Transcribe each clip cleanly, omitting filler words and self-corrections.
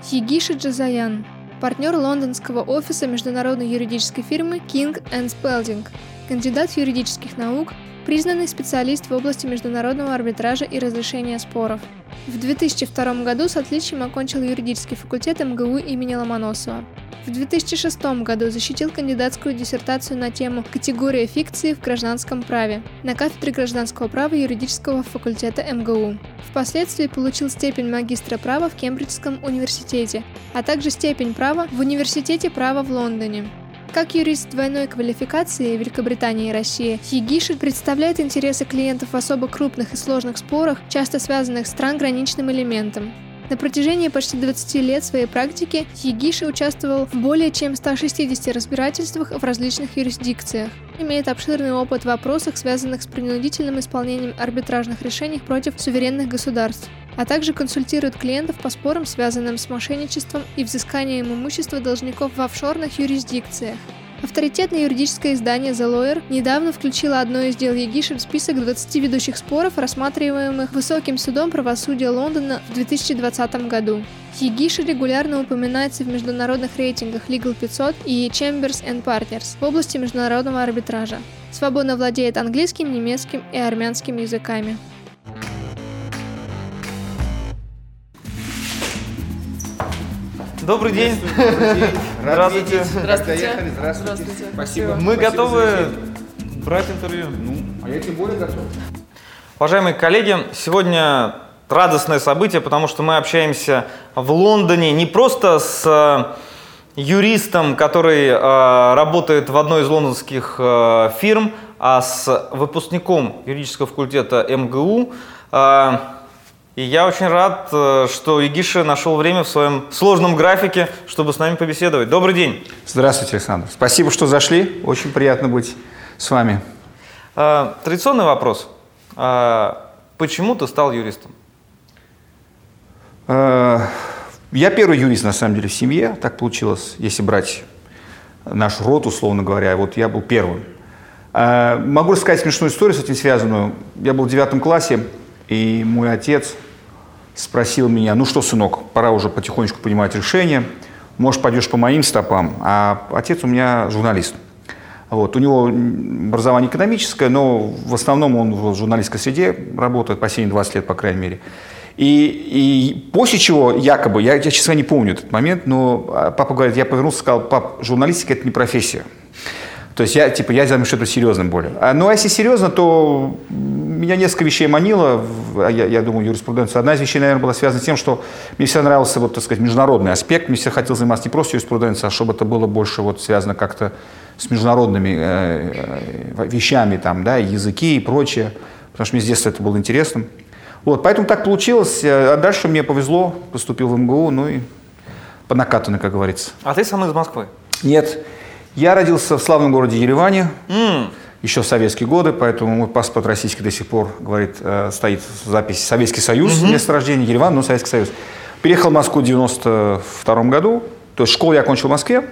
Егиша Джазаян, партнер лондонского офиса международной юридической фирмы King & Spalding, кандидат юридических наук, признанный специалист в области международного арбитража и разрешения споров. В 2002 году с отличием окончил юридический факультет МГУ имени Ломоносова. В 2006 году защитил кандидатскую диссертацию на тему «Категория фикции в гражданском праве» на кафедре гражданского права юридического факультета МГУ. Впоследствии получил степень магистра права в Кембриджском университете, а также степень права в Университете права в Лондоне. Как юрист двойной квалификации Великобритании и России, Егиша представляет интересы клиентов в особо крупных и сложных спорах, часто связанных с трансграничным элементом. На протяжении почти 20 лет своей практики Егиша участвовал в более чем 160 разбирательствах в различных юрисдикциях. Имеет обширный опыт в вопросах, связанных с принудительным исполнением арбитражных решений против суверенных государств, а также консультирует клиентов по спорам, связанным с мошенничеством и взысканием имущества должников в офшорных юрисдикциях. Авторитетное юридическое издание The Lawyer недавно включило одно из дел Егиши в список 20 ведущих споров, рассматриваемых Высоким судом правосудия Лондона в 2020 году. Егиша регулярно упоминается в международных рейтингах Legal 500 и Chambers & Partners в области международного арбитража. Свободно владеет английским, немецким и армянским языками. Добрый день. Здравствуйте. Здравствуйте. Здравствуйте. Спасибо. Мы готовы брать интервью. А я тем более готов. Уважаемые коллеги, сегодня радостное событие, потому что мы общаемся в Лондоне не просто с юристом, который работает в одной из лондонских фирм, а с выпускником юридического факультета МГУ. И я очень рад, что Егиша нашел время в своем сложном графике, чтобы с нами побеседовать. Добрый день. Здравствуйте, Александр. Спасибо, что зашли. Очень приятно быть с вами. Традиционный вопрос. Почему ты стал юристом? Я первый юрист, на самом деле, в семье. Так получилось, если брать наш род, условно говоря. Вот я был первым. Могу рассказать смешную историю с этим связанную. Я был в 9 классе, и мой отец спросил меня: ну что, сынок, пора уже потихонечку принимать решение, может, пойдешь по моим стопам. А отец у меня журналист. Вот. У него образование экономическое, но в основном он в журналистской среде работает последние 20 лет, по крайней мере. И после чего, якобы, я честно не помню этот момент, но папа говорит, я повернулся и сказал: пап, журналистика – это не профессия. То есть я займусь что-то серьезным более. Ну а если серьезно, то меня несколько вещей манило, я думаю, юриспруденция. Одна из вещей, наверное, была связана с тем, что мне всегда нравился, вот, так сказать, международный аспект. Мне всегда хотелось заниматься не просто юриспруденцией, а чтобы это было больше вот связано как-то с международными вещами, там, да, языки и прочее, потому что мне с детства это было интересным. Вот, поэтому так получилось. А дальше мне повезло, поступил в МГУ, ну и по накатанной, как говорится. А ты сам из Москвы? Нет. Я родился в славном городе Ереване, еще в советские годы, поэтому мой паспорт российский до сих пор, говорит, стоит запись Советский Союз, место рождения Ереван, но Советский Союз. Переехал в Москву в 92 году, то есть школу я окончил в Москве,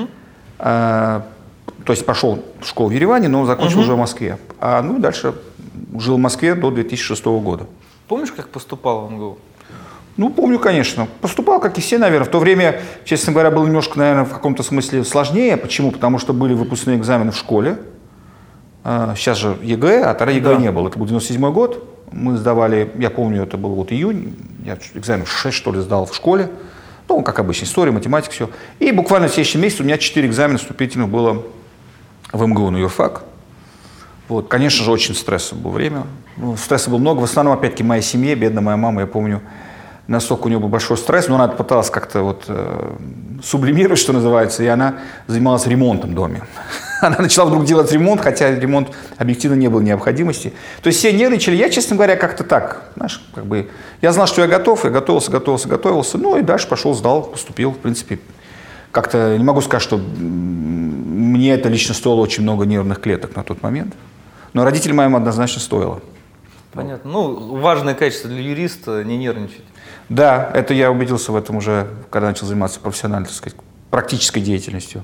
то есть пошел в школу в Ереване, но закончил уже в Москве. Ну и дальше жил в Москве до 2006 года. Помнишь, как поступал в МГУ? Ну, помню, конечно. Поступал, как и все, наверное. В то время, честно говоря, было немножко, наверное, в каком-то смысле сложнее. Почему? Потому что были выпускные экзамены в школе. Сейчас же ЕГЭ, а тогда ЕГЭ не было. Это был 97-й год. Мы сдавали, я помню, это был вот июнь. Я экзамен 6, что ли, сдал в школе. Ну, как обычно, история, математика, все. И буквально в следующем месяце у меня 4 экзамена вступительных было в МГУ на юрфак. Вот, конечно же, очень стрессовое было время. Ну, стресса было много. В основном, опять-таки, моей семье, бедная моя мама, я помню, настолько у нее был большой стресс, но она пыталась как-то вот сублимировать, что называется, и она занималась ремонтом в доме. Она начала вдруг делать ремонт, хотя ремонт объективно не было необходимости. То есть все нервничали. Я, честно говоря, как-то так, знаешь, как бы, я знал, что я готов, я готовился, ну и дальше пошел, сдал, поступил, в принципе. Как-то не могу сказать, что мне это лично стоило очень много нервных клеток на тот момент, но родителям моим однозначно стоило. Понятно. Ну, важное качество для юриста – не нервничать. Да, это я убедился в этом уже, когда начал заниматься профессиональной, так сказать, практической деятельностью.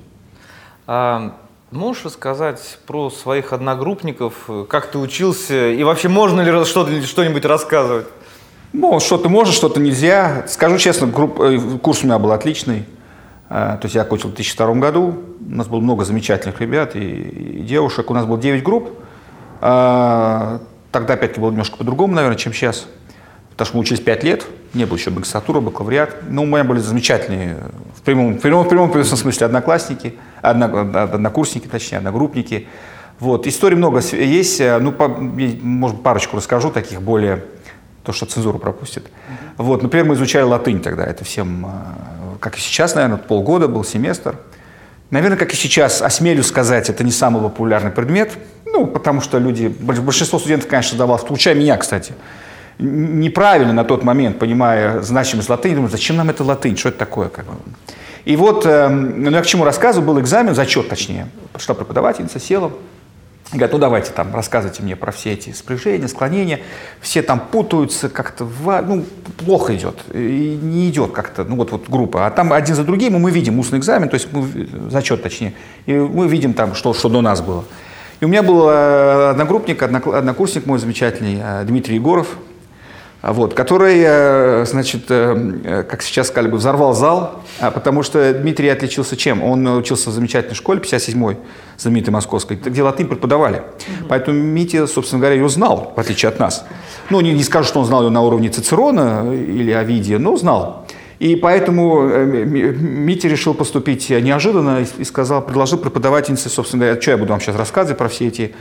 Можешь рассказать про своих одногруппников, как ты учился, и вообще можно ли что-нибудь рассказывать? Ну, что-то можно, что-то нельзя. Скажу честно, курс у меня был отличный. То есть я окончил в 2002 году. У нас было много замечательных ребят и девушек. У нас было 9 групп. Тогда, опять-таки, было немножко по-другому, наверное, чем сейчас. Потому что мы учились 5 лет. Не было еще магистратура, бакалавриат. Ну, у меня были замечательные, в прямом смысле, однокурсники, точнее, одногруппники. Вот. Историй много есть. Ну, может, парочку расскажу, таких более... То, что цензуру пропустит. Вот, например, мы изучали латынь тогда. Это всем, как и сейчас, наверное, полгода был семестр. Наверное, как и сейчас, осмелюсь сказать, это не самый популярный предмет. Ну, потому что большинство студентов, конечно, давалось, включая меня, кстати, неправильно на тот момент, понимая значимость латыни, думаю, зачем нам это латынь, что это такое? Как бы. И вот, ну, я к чему рассказываю, был экзамен, зачет точнее. Пришла преподавательница, села. И говорят, ну давайте там рассказывайте мне про все эти спряжения, склонения. Все там путаются как-то, ну плохо идет, и не идет как-то, ну вот группа. А там один за другим мы видим устный экзамен, то есть зачет точнее, и мы видим там, что до нас было. И у меня был одногруппник, однокурсник мой замечательный, Дмитрий Егоров, вот, который, значит, как сейчас сказали бы, взорвал зал, потому что Дмитрий отличился чем? Он учился в замечательной школе, 57-й, знаменитой московской, где латынь преподавали. Поэтому Митя, собственно говоря, ее знал, в отличие от нас. Ну, не скажу, что он знал ее на уровне Цицерона или Овидия, но знал. И поэтому Митя решил поступить неожиданно и предложил преподавательнице, собственно говоря, что я буду вам сейчас рассказывать про все эти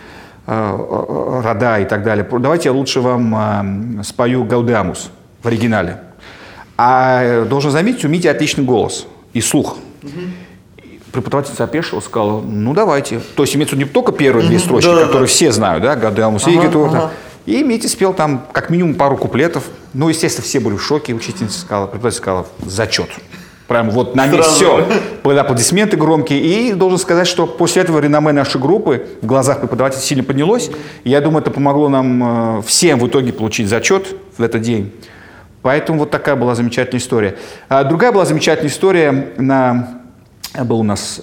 рода и так далее. Давайте я лучше вам спою «Гаудеамус» в оригинале. А должен заметить, у Мити отличный голос и слух. Преподавательница опешила, сказала, ну давайте. То есть имеется не только первые две строчки, которые все знают, да, «Гаудеамус» и Митя спел там как минимум пару куплетов. Ну, естественно, все были в шоке. Учительница сказала, преподавательница сказала, зачет. Прямо вот на месте все. Были аплодисменты громкие. И должен сказать, что после этого реноме нашей группы в глазах преподавателя сильно поднялось. И я думаю, это помогло нам всем в итоге получить зачет в этот день. Поэтому вот такая была замечательная история. Другая была замечательная история. Был у нас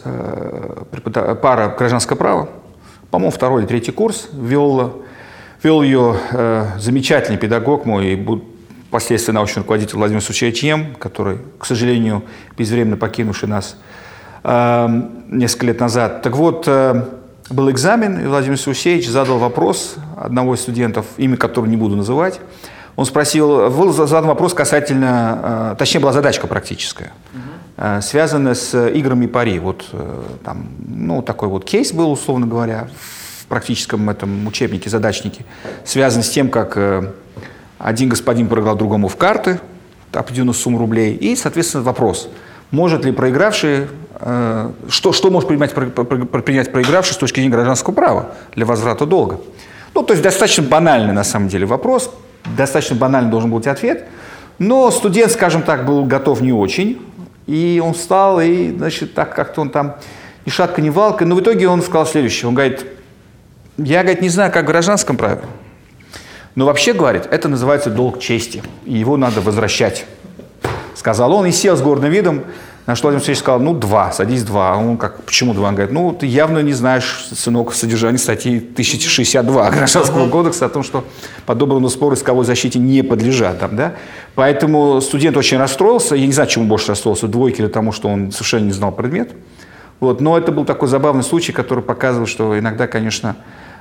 пара гражданское право. По-моему, 2-й или 3-й курс. Вел ее замечательный педагог мой, впоследствии научный руководитель Владимир Сучевич Ем, который, к сожалению, безвременно покинувший нас несколько лет назад. Так вот, был экзамен, и Владимир Сучевич задал вопрос одного из студентов, имя которого не буду называть. Он задал вопрос касательно, точнее, была задачка практическая, связанная с играми пари. Вот там, ну, такой вот кейс был, условно говоря, в практическом этом учебнике, задачнике, связан с тем, как один господин проиграл другому в карты, определенную сумму рублей, и, соответственно, вопрос, может ли проигравший, что может принять проигравший с точки зрения гражданского права для возврата долга. Ну, то есть достаточно банальный, на самом деле, вопрос, достаточно банальный должен быть ответ, но студент, скажем так, был готов не очень, и он встал, и, значит, так как-то он там ни шатка, ни валка, но в итоге он сказал следующее, он говорит, я, говорит, не знаю, как в гражданском праве, но вообще, говорит, это называется долг чести, и его надо возвращать, сказал он, и сел с гордым видом, на что Владимир Сергеевич сказал, ну, 2, садись 2. А он как, почему 2? Он говорит, ну, ты явно не знаешь, сынок, содержание статьи 1062 Гражданского кодекса о том, что подобному спору исковой защите не подлежат. Там, да? Поэтому студент очень расстроился, я не знаю, чему больше расстроился, двойке или тому, что он совершенно не знал предмет. Вот. Но это был такой забавный случай, который показывал, что иногда, конечно,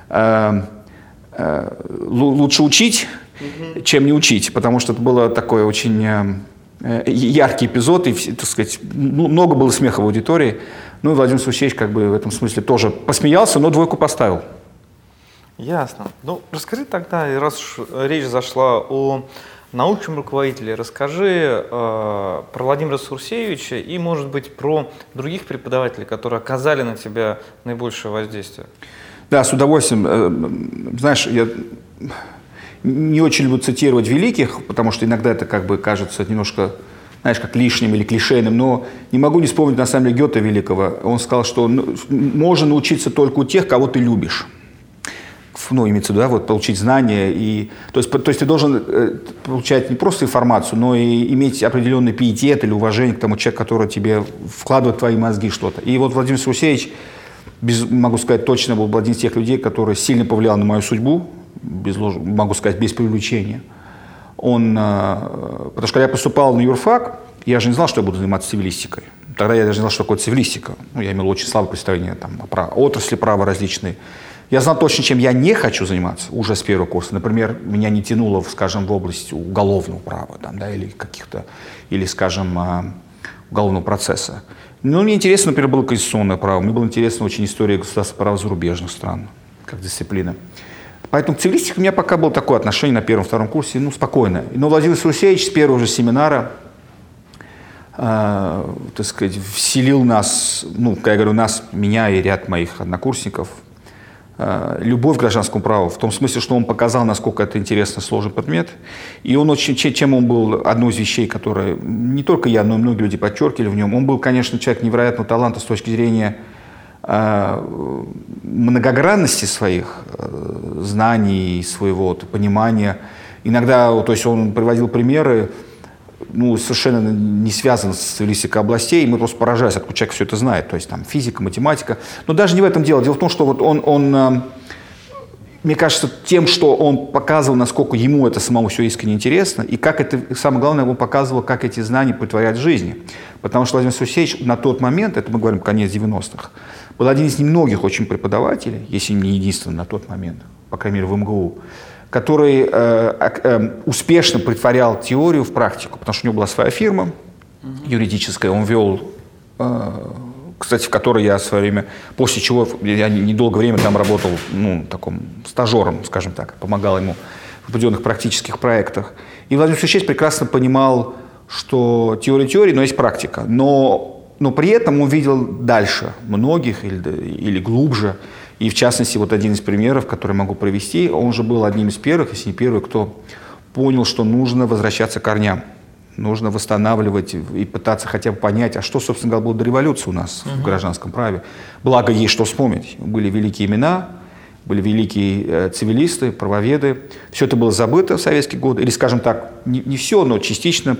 лучше учить, чем не учить, потому что это было такое очень яркий эпизод, и, так сказать, много было смеха в аудитории. Ну и Владимир Сучевич как бы в этом смысле тоже посмеялся, но 2 поставил. Ясно. Ну, расскажи тогда, раз уж речь зашла о научном руководителе, расскажи про Владимира Сурсевича и, может быть, про других преподавателей, которые оказали на тебя наибольшее воздействие. Да, с удовольствием. Знаешь, я не очень люблю цитировать великих, потому что иногда это как бы кажется немножко, знаешь, как лишним или клишейным, но не могу не вспомнить, на самом деле, Гёте великого. Он сказал, что можно научиться только у тех, кого ты любишь. Ну, имеется в виду, да, вот, получить знания. И, то есть ты должен получать не просто информацию, но и иметь определенный пиетет или уважение к тому человеку, который тебе вкладывает в твои мозги что-то. И вот Владимир Сурсевич, могу сказать точно, был один из тех людей, который сильно повлиял на мою судьбу, могу сказать, без привлечения. потому что когда я поступал на юрфак, я же не знал, что я буду заниматься цивилистикой. Тогда я даже не знал, что такое цивилистика. Я имел очень слабое представление о отрасли права различные. Я знал точно, чем я не хочу заниматься уже с первого курса. Например, меня не тянуло, скажем, в область уголовного права или, скажем, уголовного процесса. Но мне интересно, например, было конституционное право. Мне было интересно очень история государственного права зарубежных стран, как дисциплина. Поэтому к цивилистике у меня пока было такое отношение на первом-втором курсе, спокойно. Но Владимир Сулсевич с первого же семинара вселил нас, когда я говорю нас, меня и ряд моих однокурсников, любовь к гражданскому праву, в том смысле, что он показал, насколько это интересно, сложный предмет. И он чем он был, одной из вещей, которые не только я, но и многие люди подчеркивали в нем, он был, конечно, человек невероятного таланта с точки зрения многогранности своих знаний, своего понимания. Иногда, то есть он приводил примеры, совершенно не связан с цивилистикой областей, и мы просто поражались, откуда человек все это знает, то есть там физика, математика. Но даже не в этом дело. Дело в том, что вот он мне кажется, тем, что он показывал, насколько ему это самому все искренне интересно, и как это, самое главное, он показывал, как эти знания претворять в жизни. Потому что Владимир Сулсевич на тот момент, это мы говорим конец 90-х, был один из немногих очень преподавателей, если не единственный на тот момент, по крайней мере в МГУ, который успешно претворял теорию в практику, потому что у него была своя фирма юридическая, он вел, кстати, в которой я в свое время, после чего я недолгое время там работал, таком стажером, скажем так, помогал ему в определенных практических проектах. И Владимир Сулсевич прекрасно понимал, что теория, но есть практика. Но при этом он видел дальше многих или глубже. И в частности, вот один из примеров, который могу привести, он же был одним из первых, если не первый, кто понял, что нужно возвращаться к корням. Нужно восстанавливать и пытаться хотя бы понять, а что, собственно говоря, было до революции у нас в гражданском праве. Благо, есть что вспомнить. Были великие имена, были великие цивилисты, правоведы. Все это было забыто в советские годы. Или, скажем так, не все, но частично,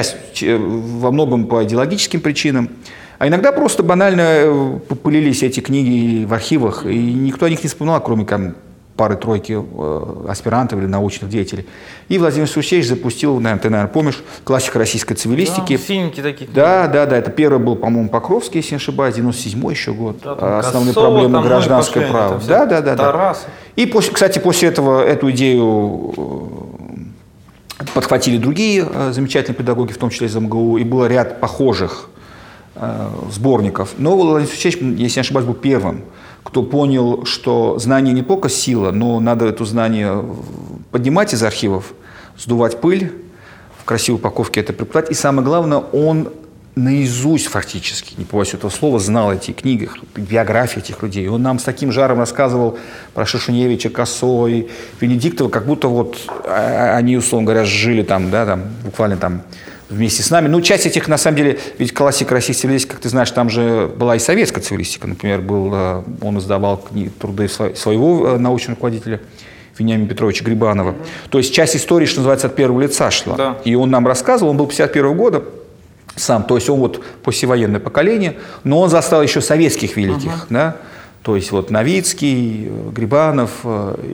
во многом по идеологическим причинам. А иногда просто банально пылились эти книги в архивах, и никто о них не вспоминал, кроме пары-тройки аспирантов или научных деятелей. И Владимир Сулсевич запустил, ты, наверное, помнишь, классика российской цивилистики. Да, синенькие такие. Да. Это первый был, по-моему, Покровский, если не ошибаюсь, 97-й еще год. Да, основные Косово, проблемы гражданского права. Да. Тарас. И, кстати, после этого эту идею подхватили другие замечательные педагоги, в том числе из МГУ, и был ряд похожих сборников. Но Владимир Сулсевич, если не ошибаюсь, был первым, кто понял, что знание не только сила, но надо это знание поднимать из архивов, сдувать пыль, в красивой упаковке это преподавать. И самое главное, он наизусть фактически, не побоюсь этого слова, знал эти книги, биографии этих людей. Он нам с таким жаром рассказывал про Шишиневича, Косой, Венедиктова, как будто вот они, условно говоря, жили буквально вместе с нами. Часть этих, на самом деле, ведь классика российской цивилистики, как ты знаешь, там же была и советская цивилистика. Например, он издавал труды своего научного руководителя Вениамина Петровича Грибанова. То есть часть истории, что называется, от первого лица шла. Да. И он нам рассказывал, он был 51-го года сам, то есть он вот послевоенное поколение, но он застал еще советских великих, да? То есть вот Новицкий, Грибанов,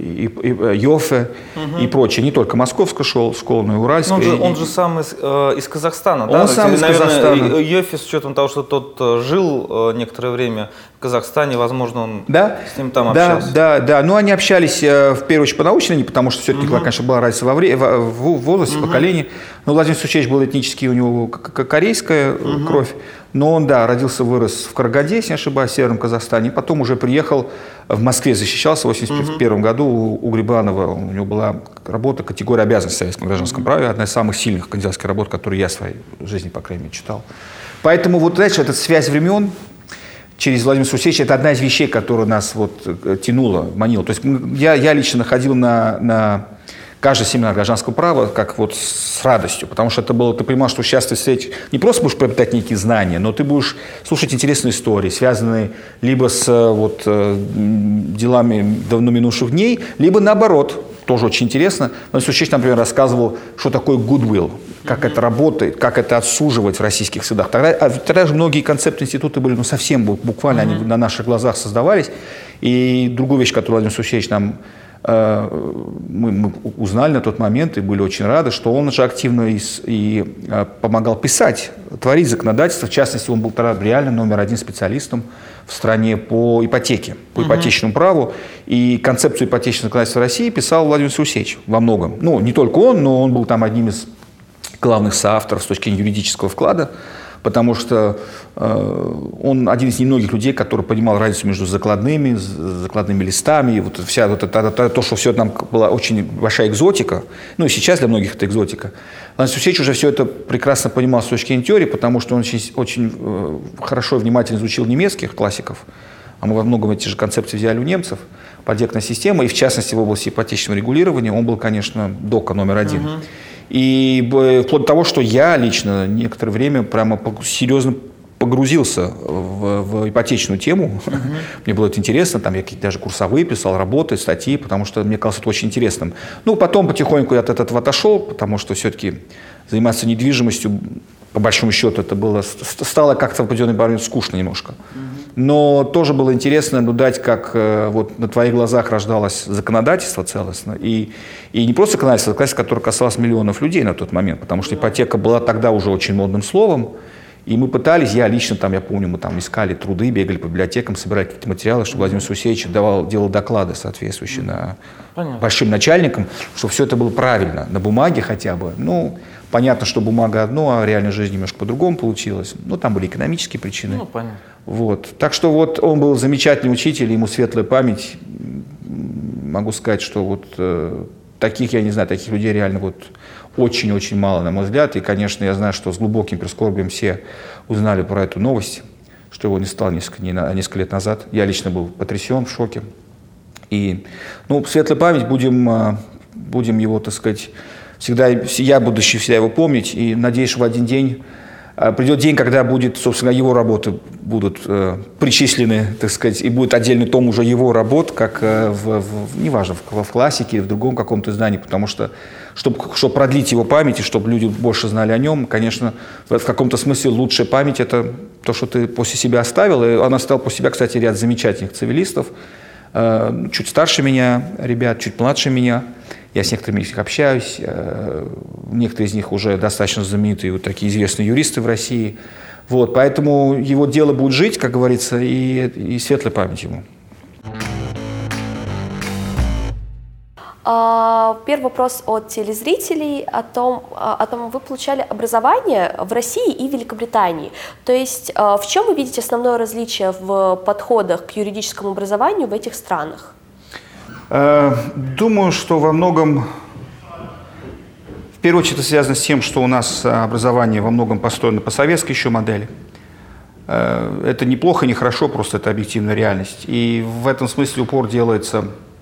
Йоффе и прочее. Не только московская школа, но и уральская. Он же сам из Казахстана, да? Он сам из Казахстана. Йоффе, с учетом того, что тот жил некоторое время в Казахстане, возможно, он с ним там общался. Да. Но они общались в первую очередь по научной линии, потому что все-таки, конечно, была разница в возрасте, поколении. Но Владимир Сулсевич был этнически, у него корейская кровь. Но он, родился, вырос в Карагаде, если не ошибаюсь, в Северном Казахстане. Потом уже приехал в Москве, защищался в 1981 году у Грибанова. У него была работа «Категория обязанностей в советском гражданском праве», одна из самых сильных кандидатских работ, которые я в своей жизни, по крайней мере, читал. Поэтому, вот, знаешь, эта связь времен через Владимира Сулсевича – это одна из вещей, которая нас тянула, манила. То есть я лично ходил на каждый семинар гражданского права как с радостью, потому что это было, ты понимал, что сейчас ты не просто будешь приобретать некие знания, но ты будешь слушать интересные истории, связанные либо с делами давно минувших дней, либо наоборот, тоже очень интересно. Владимир Сулсевич, например, рассказывал, что такое goodwill, как это работает, как это отсуживать в российских судах. Тогда же многие концепты института были совсем буквально, они на наших глазах создавались. И другую вещь, которую Владимир Сулсевич нам мы узнали на тот момент и были очень рады, что он же активно и помогал писать, творить законодательство. В частности, он был тогда реально номер один специалистом в стране по ипотеке, по ипотечному праву. И концепцию ипотечного законодательства России писал Владимир Сергеевич во многом. Ну, не только он, но он был там одним из главных соавторов с точки зрения юридического вклада, потому что он один из немногих людей, который понимал разницу между закладными листами, и вот вся вот это, то, что все это нам была очень большая экзотика, ну и сейчас для многих это экзотика. Владимир Сергеевич уже все это прекрасно понимал с точки зрения теории, потому что он очень хорошо и внимательно изучил немецких классиков, а мы во многом эти же концепции взяли у немцев, подъектная система, и в частности в области ипотечного регулирования он был, конечно, дока номер один. И вплоть до того, что я лично некоторое время прямо серьезно погрузился в ипотечную тему. Мне было это интересно, там я какие-то даже курсовые писал, работы, статьи, потому что мне казалось это очень интересным. Ну, потом потихоньку я от этого отошел, потому что все-таки заниматься недвижимостью, по большому счету, это было, стало как-то в определенный момент скучно немножко. Но тоже было интересно наблюдать, как вот на твоих глазах рождалось законодательство целостно. И не просто законодательство, которое касалось миллионов людей на тот момент, потому что ипотека была тогда уже очень модным словом. И мы пытались, я лично, там, я помню, мы там искали труды, бегали по библиотекам, собирали какие-то материалы, чтобы Владимир Сергеевич делал доклады соответствующие большим начальникам, чтобы все это было правильно, на бумаге хотя бы. Ну, понятно, что бумага одно, а реальная жизнь немножко по-другому получилась. Ну, там были экономические причины. Ну, понятно. Вот. Так что вот он был замечательный учитель, ему светлая память. Могу сказать, что вот таких, я не знаю, таких людей реально вот очень-очень мало, на мой взгляд. И, конечно, я знаю, что с глубоким прискорбием все узнали про эту новость, что его не стало несколько лет назад. Я лично был потрясен, в шоке. И, ну, светлая память, будем его, так сказать, всегда, я будущий, всегда его помнить. И надеюсь, что в один день придет день, когда будет, собственно, его работы будут причислены, так сказать, и будет отдельный том уже его работ, как неважно, в классике, в другом каком-то издании, потому что, чтобы продлить его память, и чтобы люди больше знали о нем, конечно, в каком-то смысле лучшая память – это то, что ты после себя оставил. И он оставил после себя, кстати, ряд замечательных цивилистов, чуть старше меня ребят, чуть младше меня. Я с некоторыми из них общаюсь, некоторые из них уже достаточно знаменитые, вот такие известные юристы в России. Вот, поэтому его дело будет жить, как говорится, и светлая память ему. Первый вопрос от телезрителей о том, вы получали образование в России и Великобритании. То есть в чем вы видите основное различие в подходах к юридическому образованию в этих странах? Думаю, что во многом, в первую очередь, это связано с тем, что у нас образование во многом построено по советской еще модели. Это не плохо, не хорошо, просто это объективная реальность. И в этом смысле упор делается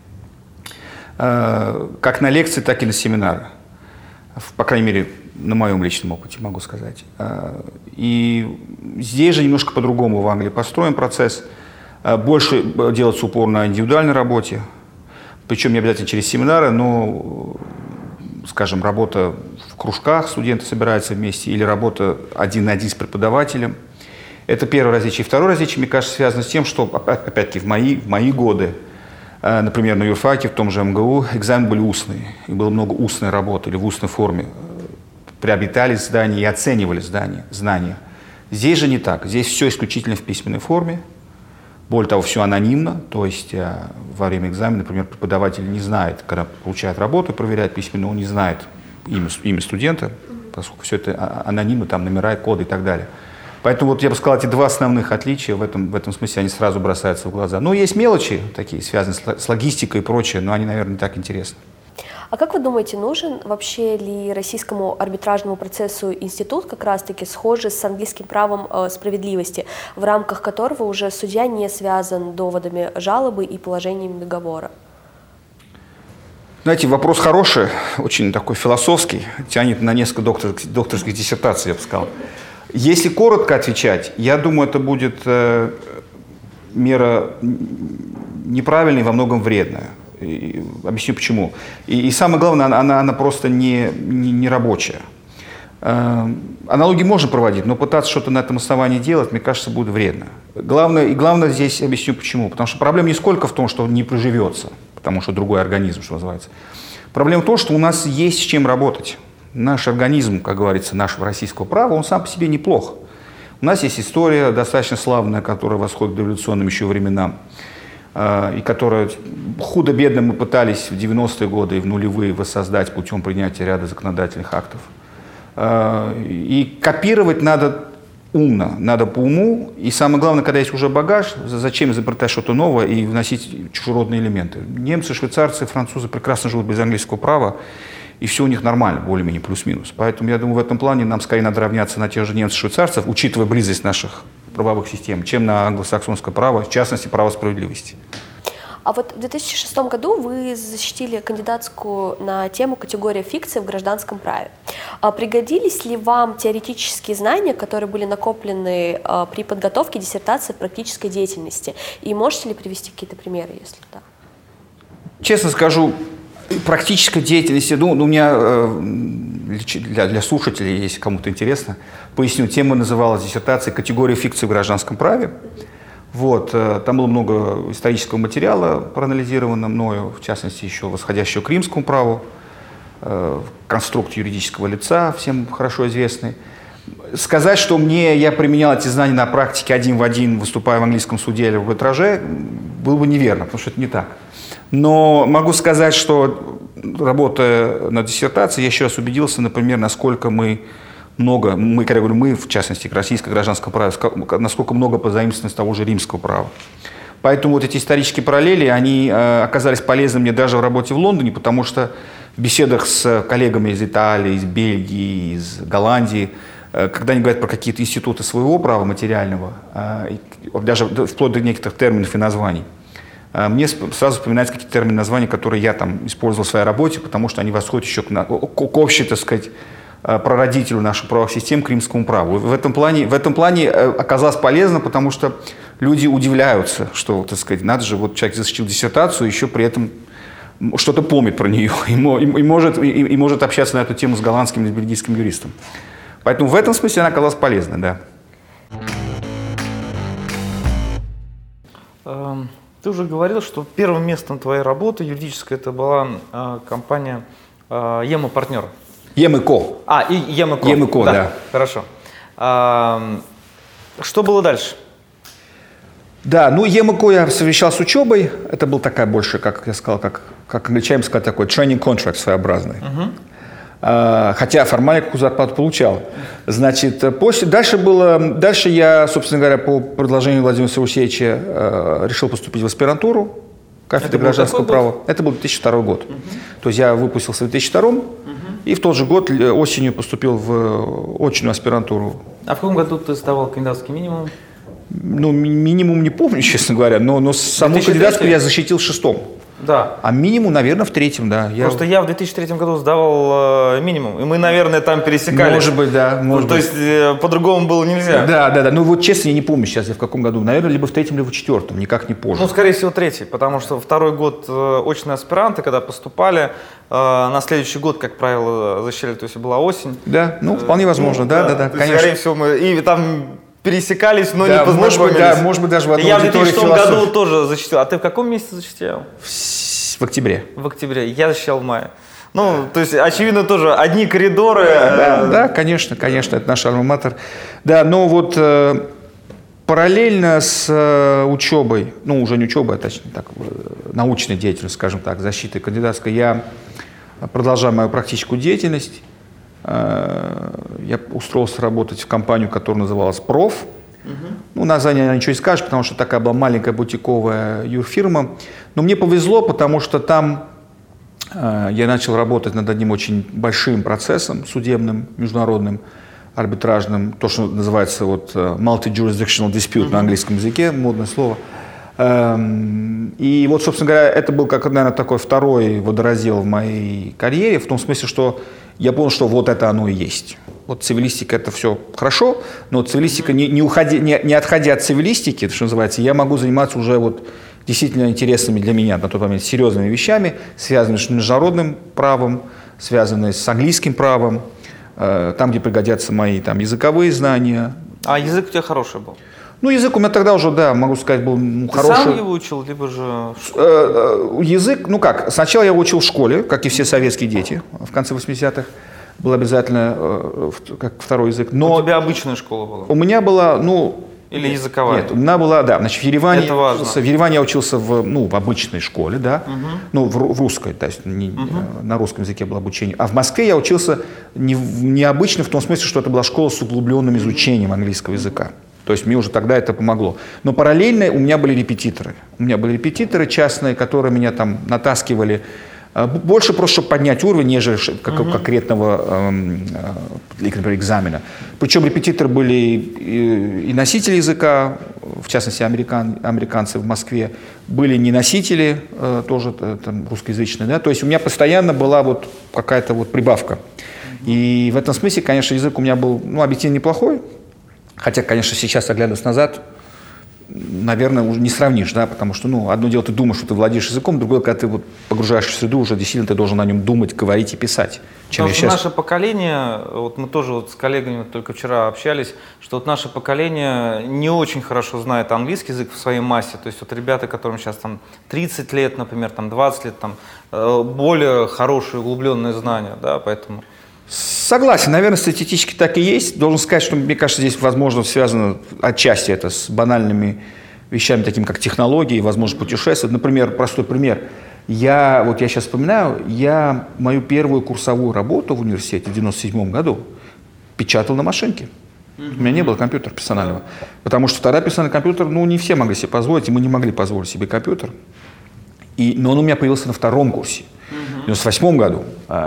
как на лекции, так и на семинары. По крайней мере, на моем личном опыте, могу сказать. И здесь же немножко по-другому в Англии построен процесс. Больше делается упор на индивидуальной работе. Причем не обязательно через семинары, но, скажем, работа в кружках, студенты собираются вместе, или работа один на один с преподавателем. Это первое различие. И второе различие, мне кажется, связано с тем, что, опять-таки, в мои годы, например, на юрфаке, в том же МГУ, экзамены были устные, и было много устной работы или в устной форме. Приобретались здания и оценивали знания. Здесь же не так. Здесь все исключительно в письменной форме. Более того, все анонимно, то есть во время экзамена, например, преподаватель не знает, когда получает работу, проверяет письменно, он не знает имя студента, поскольку все это анонимно, там номера, коды и так далее. Поэтому вот я бы сказал, эти два основных отличия в этом смысле, они сразу бросаются в глаза. Ну, есть мелочи такие, связанные с логистикой и прочее, но они, наверное, не так интересны. А как вы думаете, нужен вообще ли российскому арбитражному процессу институт, как раз-таки схожий с английским правом справедливости, в рамках которого уже судья не связан доводами жалобы и положениями договора? Знаете, вопрос хороший, очень такой философский, тянет на несколько докторских диссертаций, я бы сказал. Если коротко отвечать, я думаю, это будет мера неправильная и во многом вредная. И объясню почему. И самое главное, она просто не рабочая. Аналогии можно проводить, но пытаться что-то на этом основании делать, мне кажется, будет вредно. Главное здесь объясню почему. Потому что проблема не сколько в том, что он не приживется. потому что другой организм, что называется. Проблема в том, что у нас есть с чем работать. Наш организм, как говорится, нашего российского права, он сам по себе неплох. У нас есть история достаточно славная, которая восходит к дореволюционным еще временам, и которую худо-бедно мы пытались в 90-е годы и в нулевые воссоздать путем принятия ряда законодательных актов. И копировать надо умно, надо по уму. И самое главное, когда есть уже багаж, зачем изобретать что-то новое и вносить чужеродные элементы. Немцы, швейцарцы, французы прекрасно живут без английского права, и все у них нормально, более-менее плюс-минус. Поэтому я думаю, в этом плане нам скорее надо равняться на тех же немцев, швейцарцев, учитывая близость наших правовых систем, чем на англосаксонское право, в частности, право справедливости. А вот в 2006 году вы защитили кандидатскую на тему «Категория фикции в гражданском праве». Пригодились ли вам теоретические знания, которые были накоплены при подготовке диссертации в практической деятельности? И можете ли привести какие-то примеры, если да? Честно скажу, практической деятельности, у меня для слушателей, если кому-то интересно, поясню, тема называлась диссертация «Категория фикции в гражданском праве». Вот, там было много исторического материала проанализировано мною, в частности, еще восходящего к римскому праву, конструкт юридического лица, всем хорошо известный. Сказать, что я применял эти знания на практике один в один, выступая в английском суде или в арбитраже, было бы неверно, потому что это не так. Но могу сказать, что, работая над диссертацией, я еще раз убедился, например, насколько когда я говорю мы, в частности, российское гражданское право, насколько много позаимствовано с того же римского права. Поэтому вот эти исторические параллели, они оказались полезны мне даже в работе в Лондоне, потому что в беседах с коллегами из Италии, из Бельгии, из Голландии, когда они говорят про какие-то институты своего права материального, даже вплоть до некоторых терминов и названий, мне сразу вспоминаются какие-то термины и названия, которые я там использовал в своей работе, потому что они восходят еще к общей, так сказать, прародителю наших правовых систем, к римскому праву. В этом плане оказалось полезно, потому что люди удивляются, что, так сказать, надо же, вот человек защитил диссертацию, еще при этом что-то помнит про нее и может общаться на эту тему с голландским или бельгийским юристом. Поэтому в этом смысле она оказалась полезной, да. Ты уже говорил, что первым местом твоей работы юридической это была компания ЕМО Партнер. ЕМКО. И ЕМКО. ЕМКО, да. Хорошо. Что было дальше? Да, ЕМКО я совмещал с учебой. Это был такая больше, как я сказал, как англичане сказать, такой training contract своеобразный. Хотя формально какую зарплату получал. Значит, дальше я, собственно говоря, по предложению Владимира Савусевича решил поступить в аспирантуру кафедры гражданского права. Это был 2002 год. То есть я выпустился в 2002 и в тот же год осенью поступил в очную аспирантуру. А в каком году ты сдавал кандидатский минимум? Минимум не помню, честно говоря, но саму кандидатскую я защитил в 6-м. Да. А минимум, наверное, в 3-м, да. Просто я в 2003 году сдавал минимум, и мы, наверное, там пересекались. Может быть, да. То есть по-другому было нельзя. Да. Вот честно, я не помню сейчас, в каком году. Наверное, либо в 3-м, либо в 4-м, никак не позже. Скорее всего, 3-й, потому что второй год очные аспиранты, когда поступали, на следующий год, как правило, защищали, то есть была осень. Да, вполне возможно, да, конечно. Скорее всего, мы и там пересекались, но не познакомились. Может быть, даже в одной я в аудитории 2006 году тоже защитил. А ты в каком месяце защитил? В октябре. В октябре. Я защищал в мае. То есть, очевидно, тоже одни коридоры. Да, конечно, это наш альма-матер. Да, но вот параллельно с учебой, уже не учебой, а точнее так, научной деятельностью, скажем так, защитой кандидатской, я продолжаю мою практическую деятельность. Я устроился работать в компанию, которая называлась «Проф». Название ничего не скажешь, потому что такая была маленькая бутиковая юрфирма. Но мне повезло, потому что там я начал работать над одним очень большим процессом судебным, международным, арбитражным, то, что называется multi-jurisdictional dispute на английском языке, модное слово. И собственно говоря, это был, наверное, такой второй водораздел в моей карьере, в том смысле, что я понял, что вот это оно и есть. Цивилистика — это все хорошо, но цивилистика, не отходя от цивилистики, что называется, я могу заниматься уже действительно интересными для меня на тот момент серьезными вещами, связанными с международным правом, связанными с английским правом, там, где пригодятся мои языковые знания. А язык у тебя хороший был? Ну, язык у меня тогда уже, да, могу сказать, был хороший. Ты сам его учил, либо же... Язык, ну как, сначала я его учил в школе, как и все советские дети в конце 80-х. Был обязательно как второй язык. Но у тебя обычная школа была? У меня была, ну... Или языковая? Нет, у меня была, да, значит, в Ереване, это важно. В Ереване я учился в обычной школе, да, ну, в русской, то есть на русском языке было обучение. А в Москве я учился необычно в том смысле, что это была школа с углубленным изучением английского языка. То есть мне уже тогда это помогло. Но параллельно у меня были репетиторы. У меня были репетиторы частные, которые меня там натаскивали. Больше просто, чтобы поднять уровень, нежели конкретного, например, экзамена. Причем репетиторы были и носители языка, в частности, американцы в Москве, были не носители, тоже там, русскоязычные. Да? То есть у меня постоянно была вот какая-то вот прибавка. И в этом смысле, конечно, язык у меня был, ну, объективно неплохой. Хотя, конечно, сейчас, оглядываясь назад, наверное, уже не сравнишь, да, потому что, ну, одно дело, ты думаешь, что ты владеешь языком, другое, когда ты вот погружаешься в среду, уже действительно ты должен на нем думать, говорить и писать. Потому что наше поколение, вот мы тоже вот с коллегами вот только вчера общались, что вот наше поколение не очень хорошо знает английский язык в своей массе, то есть вот ребята, которым сейчас там 30 лет, например, там 20 лет, там более хорошие углубленные знания, да, поэтому... Согласен, наверное, статистически так и есть. Должен сказать, что, мне кажется, здесь, возможно, связано отчасти это с банальными вещами, такими как технологии, возможно, путешествовать. Например, простой пример. Я сейчас вспоминаю, мою первую курсовую работу в университете в 1997 году печатал на машинке. У меня не было компьютера персонального. Потому что тогда персональный компьютер, ну, не все могли себе позволить, и мы не могли позволить себе компьютер. Но он у меня появился на втором курсе. В 1998 году,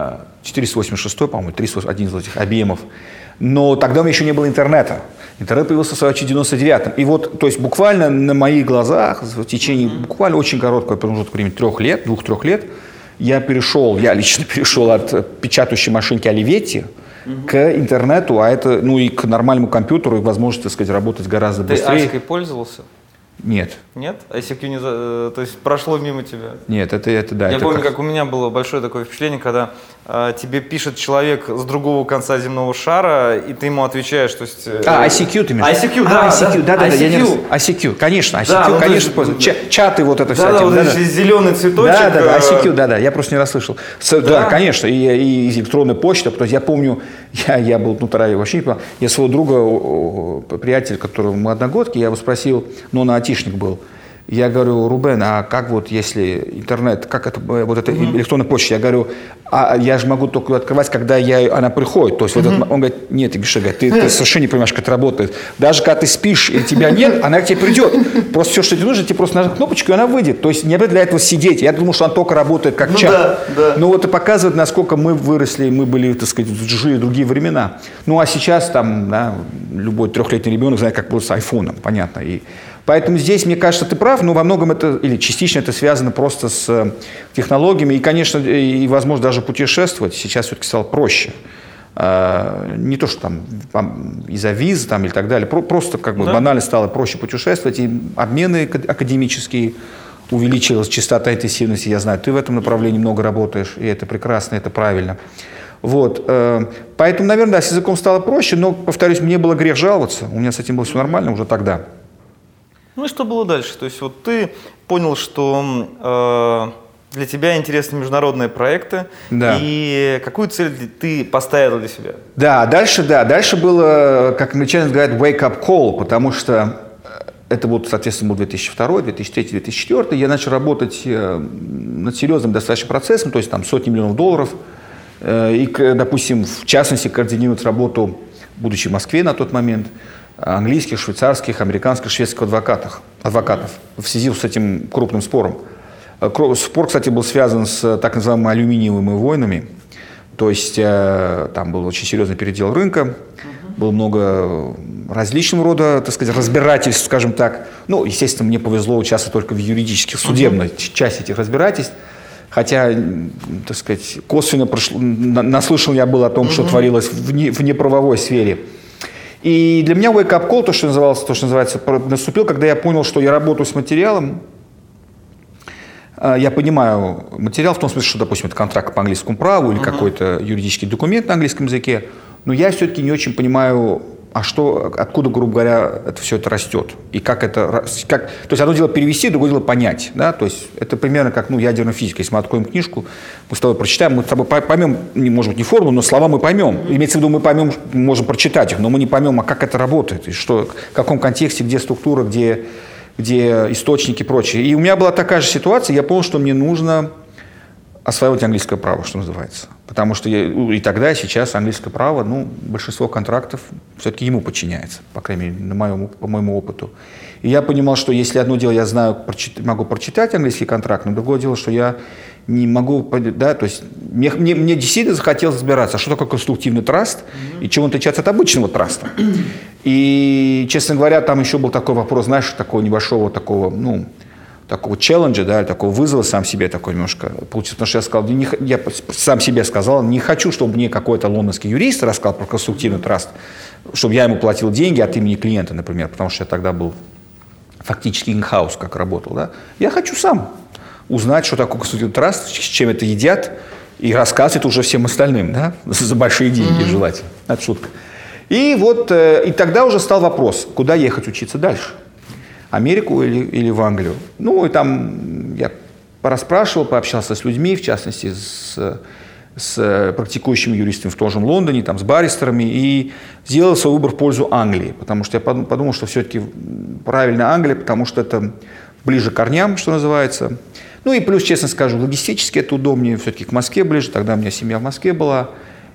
486, по-моему, 311 этих объемов. Но тогда у меня еще не было интернета. Интернет появился в 1999. И вот, то есть буквально на моих глазах, в течение буквально очень короткого промежутка времени, 2-3 лет, я лично перешел от печатающей машинки Оливетти к интернету, а это, ну, и к нормальному компьютеру, и возможности, так сказать, работать гораздо быстрее. Ты Аськой пользовался? Нет. Нет? ICQ не то есть прошло мимо тебя? Нет, это да. Я помню, как у меня было большое такое впечатление, когда тебе пишет человек с другого конца земного шара, и ты ему отвечаешь, то есть... ICQ ты имеешь? ICQ, да. ICQ, да. ICQ, конечно, ICQ, да, конечно, пользуюсь. Чаты вот это все. Да, вот эти зеленый цветочек. Да, ICQ, да, я просто не расслышал. Да, конечно, и электронная почта, потому что я помню, я был, вообще не понимал, я своего друга, приятеля, который мы одногодки, я его спросил, но он айтишник был. Я говорю: Рубен, а как вот если интернет, как это, вот эта электронная почта? Я говорю: а я же могу только ее открывать, когда она приходит. То есть он говорит: нет, Гриша, ты совершенно не понимаешь, как это работает. Даже когда ты спишь и тебя нет, она к тебе придет. Просто все, что тебе нужно, тебе просто нажать кнопочку, и она выйдет. То есть не обязательно для этого сидеть. Я думал, что она только работает как чат. Да. Но вот это показывает, насколько мы выросли, мы были, так сказать, жили другие времена. Ну а сейчас там, да, любой 3-летний ребенок знает, как пользоваться айфоном, понятно. И поэтому здесь, мне кажется, ты прав, но во многом это, или частично это связано просто с технологиями. И, конечно, и возможно даже путешествовать сейчас все-таки стало проще. Не то, что там из-за виз там, или так далее, просто как бы банально стало проще путешествовать. И обмены академические, увеличилась частота интенсивности. Я знаю, ты в этом направлении много работаешь, и это прекрасно, это правильно. Вот. Поэтому, наверное, да, с языком стало проще, но, повторюсь, мне было грех жаловаться. У меня с этим было все нормально уже тогда. Ну и что было дальше? То есть вот ты понял, что для тебя интересны международные проекты, и какую цель ты поставил для себя? Дальше было, как американцы говорят, wake up call, потому что это вот, соответственно, был 2002, 2003, 2004. Я начал работать над серьезным достаточно процессом, то есть там сотни миллионов долларов, и, допустим, в частности, координировать работу, будучи в Москве на тот момент, английских, швейцарских, американских, шведских адвокатов в связи с этим крупным спором. Спор, кстати, был связан с так называемыми алюминиевыми войнами, то есть там был очень серьезный передел рынка, было много различного рода, так сказать, разбирательств, скажем так. Ну, естественно, мне повезло участвовать только в юридических, судебной части этих разбирательств, хотя, так сказать, косвенно наслышан я был о том, что творилось в неправовой сфере. И для меня wake-up call, то, что называется, наступил, когда я понял, что я работаю с материалом. Я понимаю материал в том смысле, что, допустим, это контракт по английскому праву или какой-то юридический документ на английском языке, но я все-таки не очень понимаю а что, откуда, грубо говоря, это все это растет. И как это... то есть одно дело перевести, другое дело понять. Да? То есть это примерно как ядерная физика. Если мы откроем книжку, мы с тобой прочитаем, мы с тобой поймем, может быть, не формулу, но слова мы поймем. Имеется в виду, мы поймем, можем прочитать их, но мы не поймем, а как это работает, и что, в каком контексте, где структура, где источники и прочее. И у меня была такая же ситуация, я понял, что мне нужно осваивать английское право, что называется. Потому что и тогда, и сейчас английское право, большинство контрактов все-таки ему подчиняется, по крайней мере, по моему опыту. И я понимал, что если одно дело я знаю, могу прочитать английский контракт, но другое дело, что я не могу, да, то есть мне действительно захотелось разбираться, а что такое конструктивный траст и чем он отличается от обычного траста. И, честно говоря, там еще был такой вопрос, знаешь, такого небольшого такого челленджа, да, такого вызова сам себе такой немножко получился, потому что я сказал, я сам себе сказал, не хочу, чтобы мне какой-то лондонский юрист рассказал про конструктивный траст, чтобы я ему платил деньги от имени клиента, например, потому что я тогда был фактически in-house, как работал, да. Я хочу сам узнать, что такое конструктивный траст, с чем это едят, и рассказывать это уже всем остальным, да, за большие деньги желательно. Это шутка. И вот, и тогда уже стал вопрос, куда ехать учиться дальше. Америку или в Англию. И там я порасспрашивал, пообщался с людьми, в частности, с практикующими юристами в том же Лондоне, там, с баристерами, и сделал свой выбор в пользу Англии, потому что я подумал, что все-таки правильно Англия, потому что это ближе к корням, что называется. И плюс, честно скажу, логистически это удобнее, все-таки к Москве ближе, тогда у меня семья в Москве была,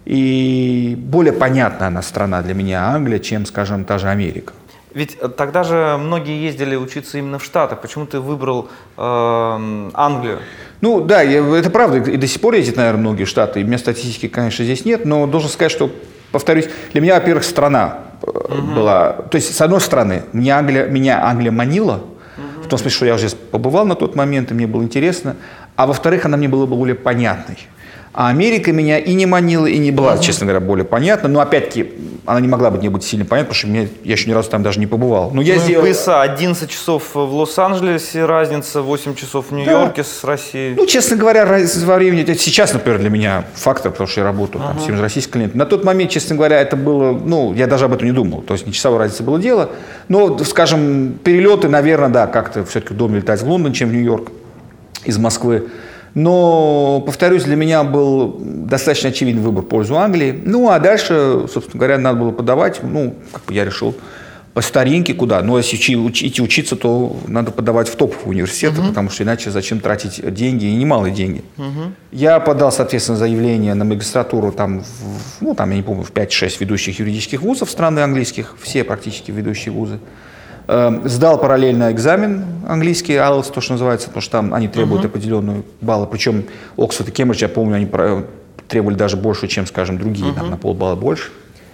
и более понятная она страна для меня, Англия, чем, скажем, та же Америка. Ведь тогда же многие ездили учиться именно в Штаты. Почему ты выбрал Англию? Да, это правда. И до сих пор ездят, наверное, многие в Штаты. И у меня статистики, конечно, здесь нет. Но должен сказать, что, повторюсь, для меня, во-первых, страна была... То есть, с одной стороны, меня Англия манила, в том смысле, что я уже здесь побывал на тот момент, и мне было интересно. А во-вторых, она мне была более понятной. А Америка меня и не манила, и не была, честно говоря, более понятна. Но опять-таки, она не могла мне быть сильно понятна, потому что я еще ни разу там даже не побывал. Но я сделал... Пояса 11 часов в Лос-Анджелесе, разница 8 часов в Нью-Йорке с Россией. Честно говоря, разница во времени, это сейчас, например, для меня фактор, потому что я работаю там, с российским клиентом. На тот момент, честно говоря, это было, я даже об этом не думал. То есть не часовой разницы было дело. Но, скажем, перелеты, наверное, да, как-то все-таки удобнее летать в Лондон, чем в Нью-Йорк из Москвы. Но, повторюсь, для меня был достаточно очевидный выбор в пользу Англии. А дальше, собственно говоря, надо было подавать. Я решил по старинке куда. Но если идти учиться, то надо подавать в топовые университеты, потому что иначе зачем тратить деньги, и немалые деньги. Я подал, соответственно, заявление на магистратуру, я не помню, в 5-6 ведущих юридических вузов страны английских, все практически ведущие вузы. Сдал параллельно экзамен английский, IELTS, то, что называется, потому что там они требуют определенную баллы. Причем Оксфорд и Кембридж, я помню, они требовали даже больше, чем, скажем, другие, на полбалла больше.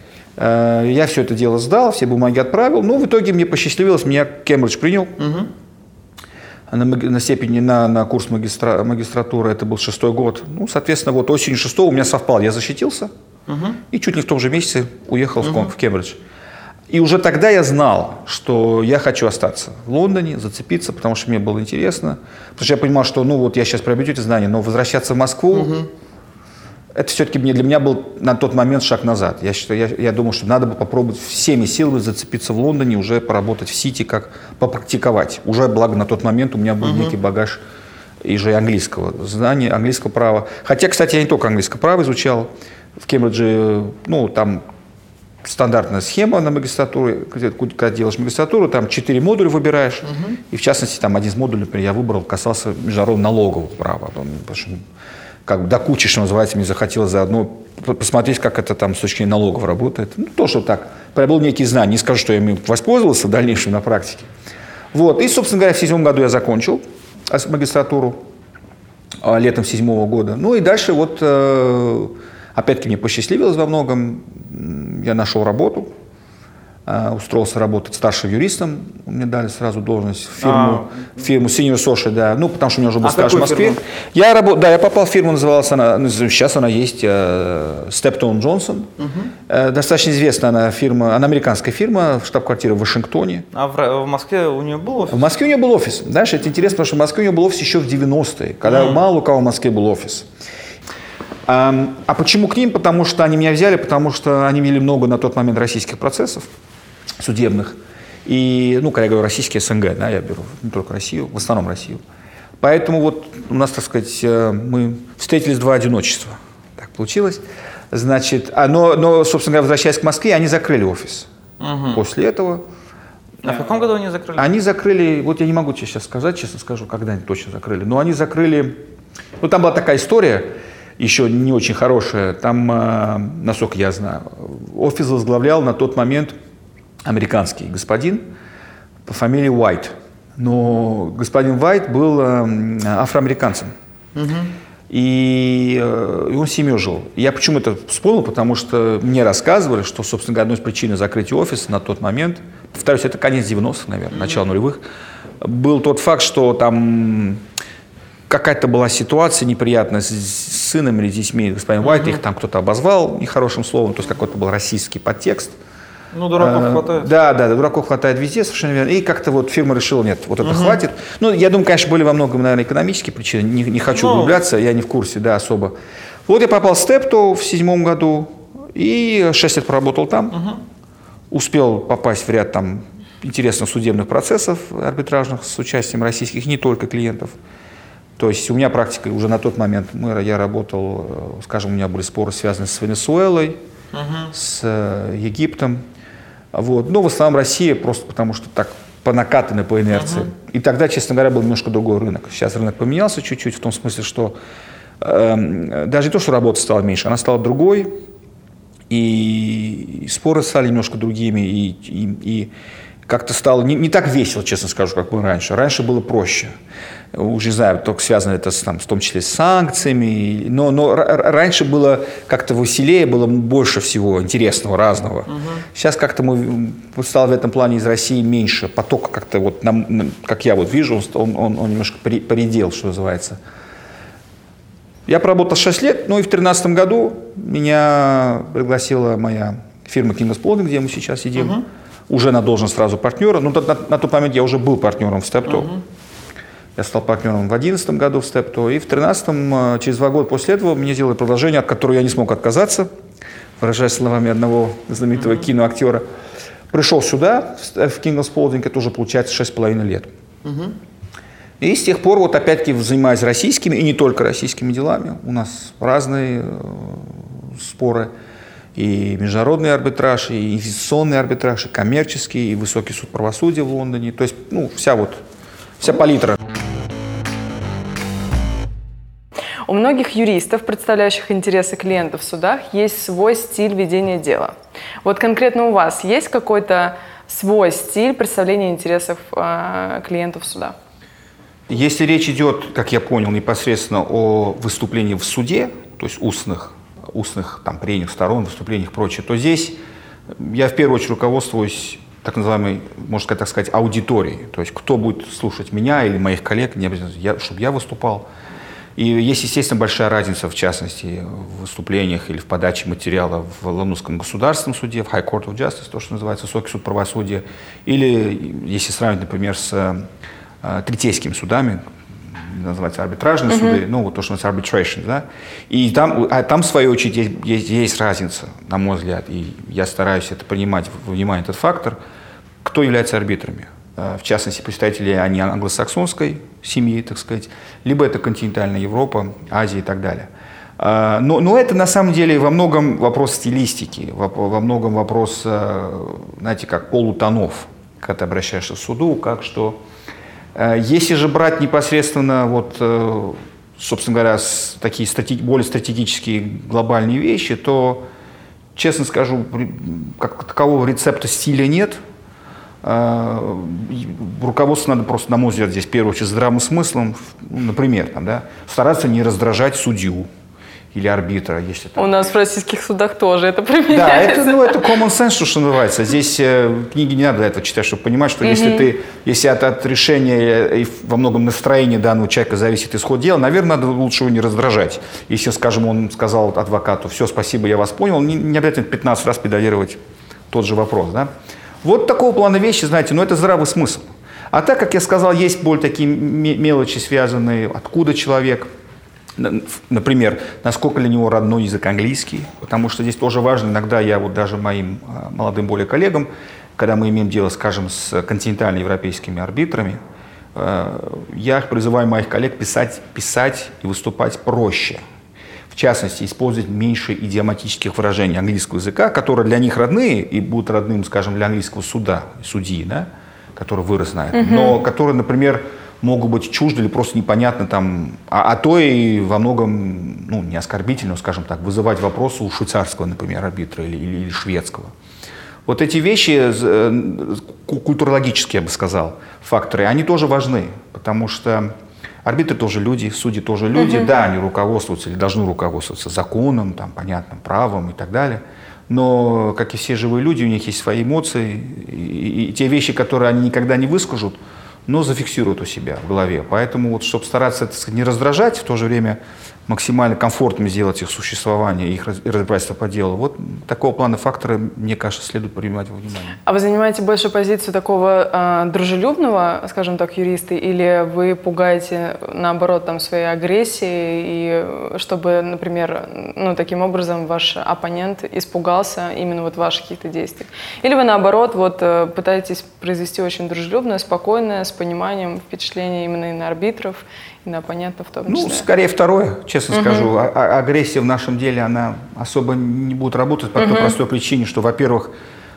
Я все это дело сдал, все бумаги отправил. В итоге мне посчастливилось, меня Кембридж принял на степени, на курс магистратуры. Это был 6-й год. Соответственно, осенью 6-го у меня совпало. Я защитился и чуть не в том же месяце уехал в Кембридж. И уже тогда я знал, что я хочу остаться в Лондоне, зацепиться, потому что мне было интересно. Потому что я понимал, что я сейчас приобрету эти знания, но возвращаться в Москву, это все-таки для меня был на тот момент шаг назад. Я думал, что надо бы попробовать всеми силами зацепиться в Лондоне, уже поработать в Сити, как попрактиковать. Уже, благо, на тот момент у меня был некий багаж и же английского знания, английского права. Хотя, кстати, я не только английское право изучал. В Кембридже, там... стандартная схема на магистратуре, когда делаешь магистратуру, там 4 модуля выбираешь, и в частности, там один из модулей, например, я выбрал, касался международного налогового права, потому что до кучи, что называется, мне захотелось заодно посмотреть, как это там с точки зрения налогов работает. Тоже так, приобрел некие знания, не скажу, что я ими воспользовался в дальнейшем на практике. И, собственно говоря, в 2007 году я закончил магистратуру, летом 2007 года. И дальше опять-таки мне посчастливилось во многом. Я нашел работу, устроился работать старшим юристом. Мне дали сразу должность в фирму Senior Social, да. Потому что у меня уже был стаж в Москве. Я попал в фирму, называлась она, сейчас она есть, Stepstone Johnson. Достаточно известная она фирма, она американская фирма, штаб-квартира в Вашингтоне. А в Москве у нее был офис? В Москве у нее был офис. Дальше это интересно, потому что в Москве у нее был офис еще в 90-е, когда мало у кого в Москве был офис. А почему к ним? Потому что они меня взяли, потому что они вели много на тот момент российских процессов судебных. И, когда я говорю российский СНГ, да, я беру не только Россию, в основном Россию. Поэтому вот у нас, так сказать, мы встретились два одиночества. Так получилось. Значит, но, собственно говоря, возвращаясь к Москве, они закрыли офис. После этого. А в каком году они закрыли? Они закрыли, вот я не могу тебе сейчас сказать, честно скажу, когда они точно закрыли, но они закрыли, там была такая история, еще не очень хорошая, там, насколько я знаю, офис возглавлял на тот момент американский господин по фамилии Уайт. Но господин Уайт был афроамериканцем. И он с семьей жил. Я почему это вспомнил? Потому что мне рассказывали, что, собственно говоря, одной из причин закрытия офиса на тот момент, повторюсь, это конец 90-х, наверное, начало нулевых, был тот факт, что там какая-то была ситуация неприятная с сыном или с детьми господина Уайта, их там кто-то обозвал нехорошим словом, то есть какой-то был российский подтекст. Дураков хватает. Да, дураков хватает везде, совершенно верно. И как-то вот фирма решила, нет, вот это хватит. Я думаю, конечно, были во многом, наверное, экономические причины. Не хочу углубляться, я не в курсе, да, особо. Вот я попал в Steptoe в 2007 году и 6 лет проработал там. Успел попасть в ряд там интересных судебных процессов арбитражных с участием российских, не только клиентов. То есть у меня практика уже на тот момент, я работал, скажем, у меня были споры, связанные с Венесуэлой, с Египтом. Но в основном Россия, просто потому что так по накатанной, по инерции. И тогда, честно говоря, был немножко другой рынок. Сейчас рынок поменялся чуть-чуть, в том смысле, что даже не то, что работа стала меньше, она стала другой, и споры стали немножко другими, и как-то стало не так весело, честно скажу, как было раньше. Раньше было проще. Уже не знаю, только связано это в том числе с санкциями, но раньше было как-то веселее, было больше всего интересного, разного. Сейчас как-то стало в этом плане из России меньше, поток как-то как я вижу, он немножко поредел, что называется. Я проработал 6 лет, и в 2013 году меня пригласила моя фирма King & Spalding, где мы сейчас сидим, уже на должность сразу партнера. На тот момент я уже был партнером в Steptoe. Я стал партнером в 2011 году в Steptoe, и в 2013, через 2 года после этого, мне сделали предложение, от которого я не смог отказаться, выражаясь словами одного знаменитого киноактера. Пришел сюда, в King & Spalding, это уже получается 6,5 лет. И с тех пор опять-таки занимаюсь российскими, и не только российскими делами. У нас разные споры, и международный арбитраж, и инвестиционный арбитраж, и коммерческий, и высокий суд правосудия в Лондоне. То есть вся палитра. У многих юристов, представляющих интересы клиентов в судах, есть свой стиль ведения дела. Вот конкретно у вас есть какой-то свой стиль представления интересов клиентов в судах? Если речь идет, как я понял, непосредственно о выступлении в суде, то есть устных прениях сторон, выступлениях и прочее, то здесь я в первую очередь руководствуюсь так называемой, можно так сказать, аудиторией. То есть кто будет слушать меня или моих коллег, не обязательно, чтобы я выступал. И есть, естественно, большая разница, в частности, в выступлениях или в подаче материала в Лондонском государственном суде, в High Court of Justice, то, что называется Высокий суд правосудия, или, если сравнить, например, с третейскими судами, называется арбитражные суды, то, что называется arbitration, да, и там в свою очередь, есть разница, на мой взгляд, и я стараюсь это принимать во внимание, этот фактор, кто является арбитрами. В частности, представители они англосаксонской семьи, так сказать, либо это континентальная Европа, Азия и так далее. Но это на самом деле во многом вопрос стилистики, во многом вопрос, знаете, как полутонов, когда ты обращаешься к суду, как что. Если же брать непосредственно, собственно говоря, такие более стратегические глобальные вещи, то, честно скажу, как такового рецепта стиля нет. Руководство надо просто, на мой взгляд, здесь в первую очередь здравым смыслом, например, стараться не раздражать судью или арбитра. Если у нас в российских судах тоже это применяется. Да, это common sense, что называется. Здесь книги не надо для этого читать, чтобы понимать, что если от решения и во многом настроения данного человека зависит исход дела, наверное, надо лучше его не раздражать. Если, скажем, он сказал адвокату: все, спасибо, я вас понял, не обязательно 15 раз педалировать тот же вопрос. Да? Вот такого плана вещи, знаете, это здравый смысл. А так, как я сказал, есть более такие мелочи, связанные, откуда человек. Например, насколько для него родной язык английский, потому что здесь тоже важно, иногда я вот даже моим молодым более коллегам, когда мы имеем дело, скажем, с континентально-европейскими арбитрами, я призываю моих коллег писать и выступать проще. В частности, использовать меньше идиоматических выражений английского языка, которые для них родные и будут родным, скажем, для английского суда, судьи, да, который вырос на этом, но которые, например, могут быть чужды или просто непонятно там, а то и во многом, ну, не оскорбительно, скажем так, вызывать вопросы у швейцарского, например, арбитра или шведского. Вот эти вещи, культурологические, я бы сказал, факторы, они тоже важны, потому что арбитры тоже люди, судьи тоже люди, да, они руководствуются или должны руководствоваться законом, там, понятным правом и так далее, но, как и все живые люди, у них есть свои эмоции, и те вещи, которые они никогда не выскажут, но зафиксируют у себя в голове. Поэтому, вот, чтобы стараться, так сказать, не раздражать, в то же время максимально комфортным сделать их существование, их разбирательство по делу, вот такого плана факторы, мне кажется, следует принимать во внимание. А вы занимаете больше позицию такого дружелюбного, скажем так, юриста, или вы пугаете, наоборот, там, своей агрессией, и чтобы, например, ну, таким образом ваш оппонент испугался именно вот ваших каких-то действий? Или вы, наоборот, вот, пытаетесь произвести очень дружелюбное, спокойное, с пониманием впечатление именно и на арбитров, и на оппонентов в том числе? Ну, скорее второе, честно скажу. Агрессия в нашем деле, она особо не будет работать по той простой причине, что, во-первых,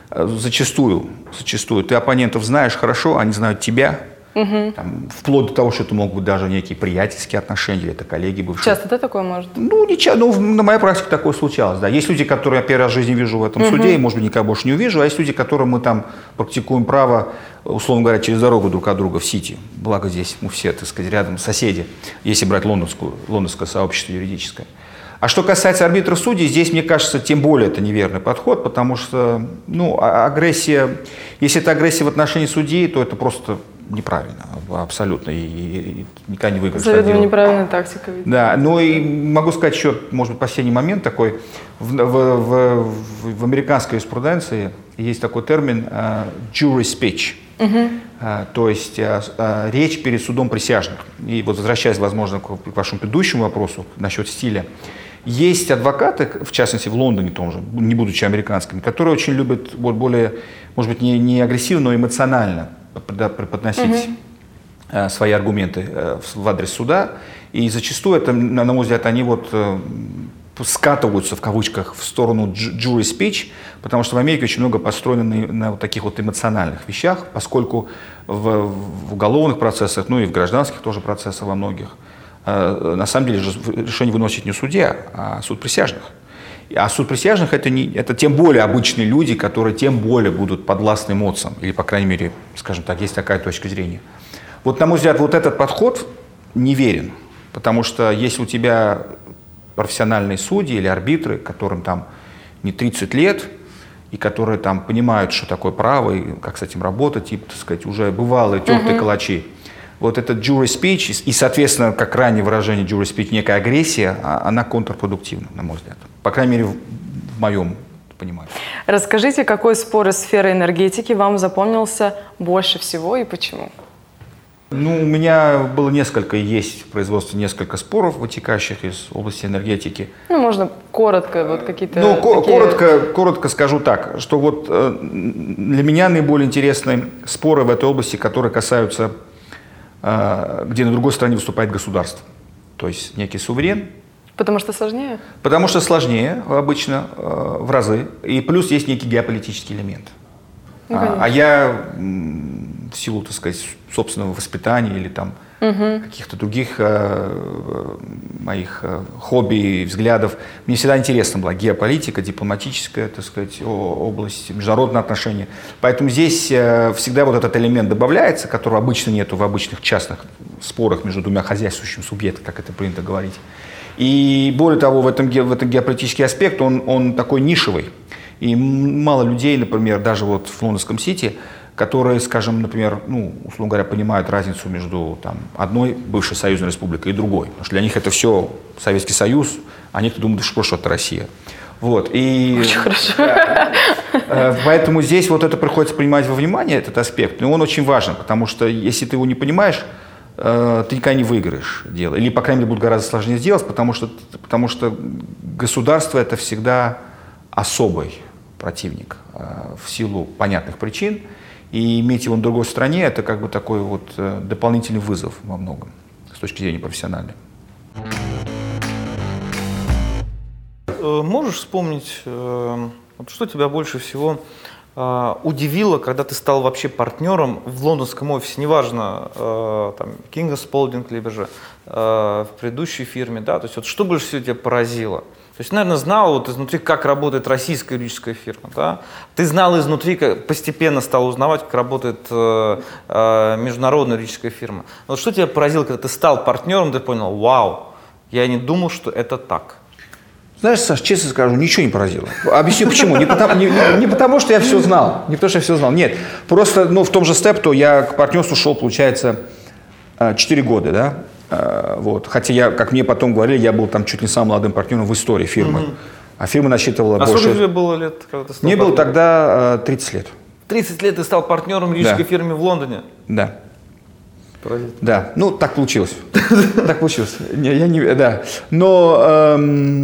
зачастую ты оппонентов знаешь хорошо, они знают тебя, там, вплоть до того, что это могут быть даже некие приятельские отношения, или это коллеги бывшие. Часто, да, такое может? Ну, на моей практике такое случалось, да. Есть люди, которые я первый раз в жизни вижу в этом суде, и, может быть, никогда больше не увижу, а есть люди, которым мы там практикуем право, условно говоря, через дорогу друг от друга в Сити. Благо здесь мы все, так сказать, рядом соседи, если брать лондонское сообщество юридическое. А что касается арбитров судей, здесь, мне кажется, тем более это неверный подход, потому что, ну, агрессия, если это агрессия в отношении судьи, то это просто неправильно, абсолютно, и никогда не выиграешь. Заведомо неправильная тактика. Видимо. Да, ну и могу сказать еще, может быть, последний момент такой. В американской юриспруденции есть такой термин jury speech, то есть речь перед судом присяжных. И вот возвращаясь, возможно, к вашему предыдущему вопросу насчет стиля, есть адвокаты, в частности в Лондоне тоже, не будучи американскими, которые очень любят более, может быть, не агрессивно, но эмоционально преподносить свои аргументы в адрес суда. И зачастую, это, на мой взгляд, они вот скатываются, в кавычках, в сторону jury speech, потому что в Америке очень много построено на вот таких вот эмоциональных вещах, поскольку в уголовных процессах, ну и в гражданских тоже процессах во многих, на самом деле решение выносит не судья, а суд присяжных. А суд присяжных это тем более обычные люди, которые тем более будут подвластны эмоциям, или, по крайней мере, скажем так, есть такая точка зрения. Вот, на мой взгляд, вот этот подход неверен, потому что если у тебя профессиональные судьи или арбитры, которым там не 30 лет, и которые там понимают, что такое право, и как с этим работать, и, так сказать, уже бывалые тертые калачи, вот этот jury speech, и, соответственно, как ранее выражение jury speech, некая агрессия, она контрпродуктивна, на мой взгляд. По крайней мере, в моем понимании. Расскажите, какой спор из сферы энергетики вам запомнился больше всего и почему? Ну, у меня было есть в производстве несколько споров, вытекающих из области энергетики. Ну, можно коротко, вот какие-то... Ну, коротко скажу так, что вот для меня наиболее интересны споры в этой области, которые касаются, где на другой стороне выступает государство. То есть некий суверен. Потому что сложнее? Потому что сложнее обычно, в разы. И плюс есть некий геополитический элемент. Ну, а я в силу, так сказать, собственного воспитания или там каких-то других моих хобби и взглядов, мне всегда интересна была геополитика, дипломатическая, так сказать, область, международные отношения. Поэтому здесь всегда вот этот элемент добавляется, которого обычно нету в обычных частных спорах между двумя хозяйствующими субъектами, как это принято говорить. И более того, в этом геополитический аспект, он такой нишевый. И мало людей, например, даже вот в лондонском Сити, которые, скажем, например, ну, условно говоря, понимают разницу между там, одной бывшей союзной республикой и другой. Потому что для них это все Советский Союз, а некоторые думают, что это Россия. Вот. И, очень хорошо. Поэтому здесь вот это приходится принимать во внимание, этот аспект. И он очень важен, потому что если ты его не понимаешь, ты никогда не выиграешь дело. Или, по крайней мере, будет гораздо сложнее сделать, потому что государство – это всегда особый противник в силу понятных причин. И иметь его на другой стране – это как бы такой вот дополнительный вызов во многом с точки зрения профессиональной. Можешь вспомнить, что тебя больше всего удивило, когда ты стал вообще партнером в лондонском офисе, неважно, там, King & Spalding, либо же в предыдущей фирме, да, то есть вот что больше всего тебя поразило? То есть, наверное, знал вот изнутри, как работает российская юридическая фирма, да? Ты знал изнутри, постепенно стал узнавать, как работает международная юридическая фирма. Вот что тебя поразило, когда ты стал партнером, ты понял, вау, я не думал, что это так. Знаешь, Саш, честно скажу, ничего не поразило. Объясню почему. Не потому, что я все знал. Не потому, что я все знал. Нет. Просто в том же Steptoe я к партнерству шел, получается, 4 года, да? Вот. Хотя как мне потом говорили, я был там чуть не самым молодым партнером в истории фирмы. А фирма насчитывала больше... сколько тебе было лет, когда ты стал Мне было тогда 30 лет. 30 лет ты стал партнером юридической фирмы в Лондоне? Да. Да, так получилось. Так получилось. Да. Но,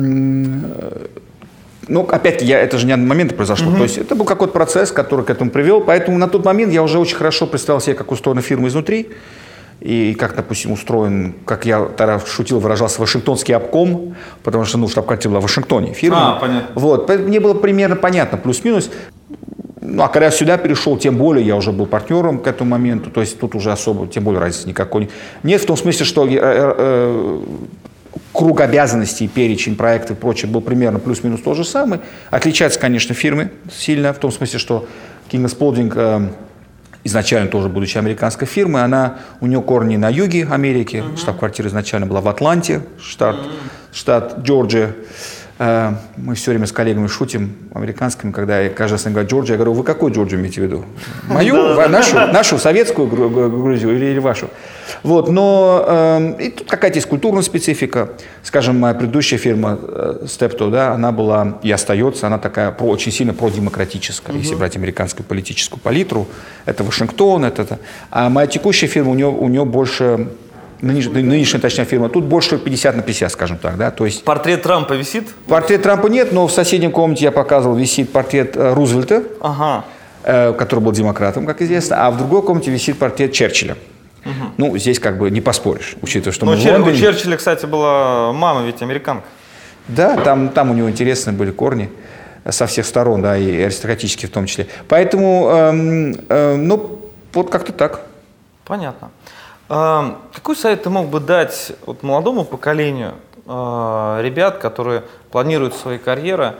опять-таки, это же не одного момента произошло. То есть это был какой-то процесс, который к этому привел. Поэтому на тот момент я уже очень хорошо представлял себе, как устроена фирма изнутри. И как, допустим, устроен, как я тогда шутил, выражался, Вашингтонский обком, потому что штаб-квартира была в Вашингтоне, фирма. Понятно. Вот, мне было примерно понятно, плюс-минус. А когда я сюда перешел, тем более я уже был партнером к этому моменту, то есть тут уже особо, тем более разницы никакой нет, в том смысле, что круг обязанностей, перечень проектов и прочее был примерно плюс-минус тот же самый. Отличаются, конечно, фирмы сильно, в том смысле, что King & Spalding, изначально тоже будучи американской фирмой, у нее корни на юге Америки, штаб-квартира изначально была в Атланте, штат Джорджия. Мы все время с коллегами шутим, американскими, когда каждый раз говорит Джорджия, я говорю, вы какую Джорджию имеете в виду? Мою, нашу советскую Грузию или вашу? Вот, но и тут какая-то есть культурная специфика. Скажем, моя предыдущая фирма Steptoe, да, она была и остается, она такая очень сильно продемократическая, если брать американскую политическую палитру. Это Вашингтон, а моя текущая фирма, у нее больше... Нынешняя, точнее, фирма, тут больше 50/50, скажем так, да, то есть... Портрет Трампа висит? Портрет Трампа нет, но в соседней комнате я показывал, висит портрет Рузвельта, который был демократом, как известно, а в другой комнате висит портрет Черчилля. Здесь как бы не поспоришь, учитывая, что мы в Лондоне. У Черчилля, кстати, была мама ведь американка. Да, там у него интересные были корни со всех сторон, да, и аристократические в том числе. Поэтому, вот как-то так. Понятно. Какой совет ты мог бы дать молодому поколению ребят, которые планируют свои карьеры?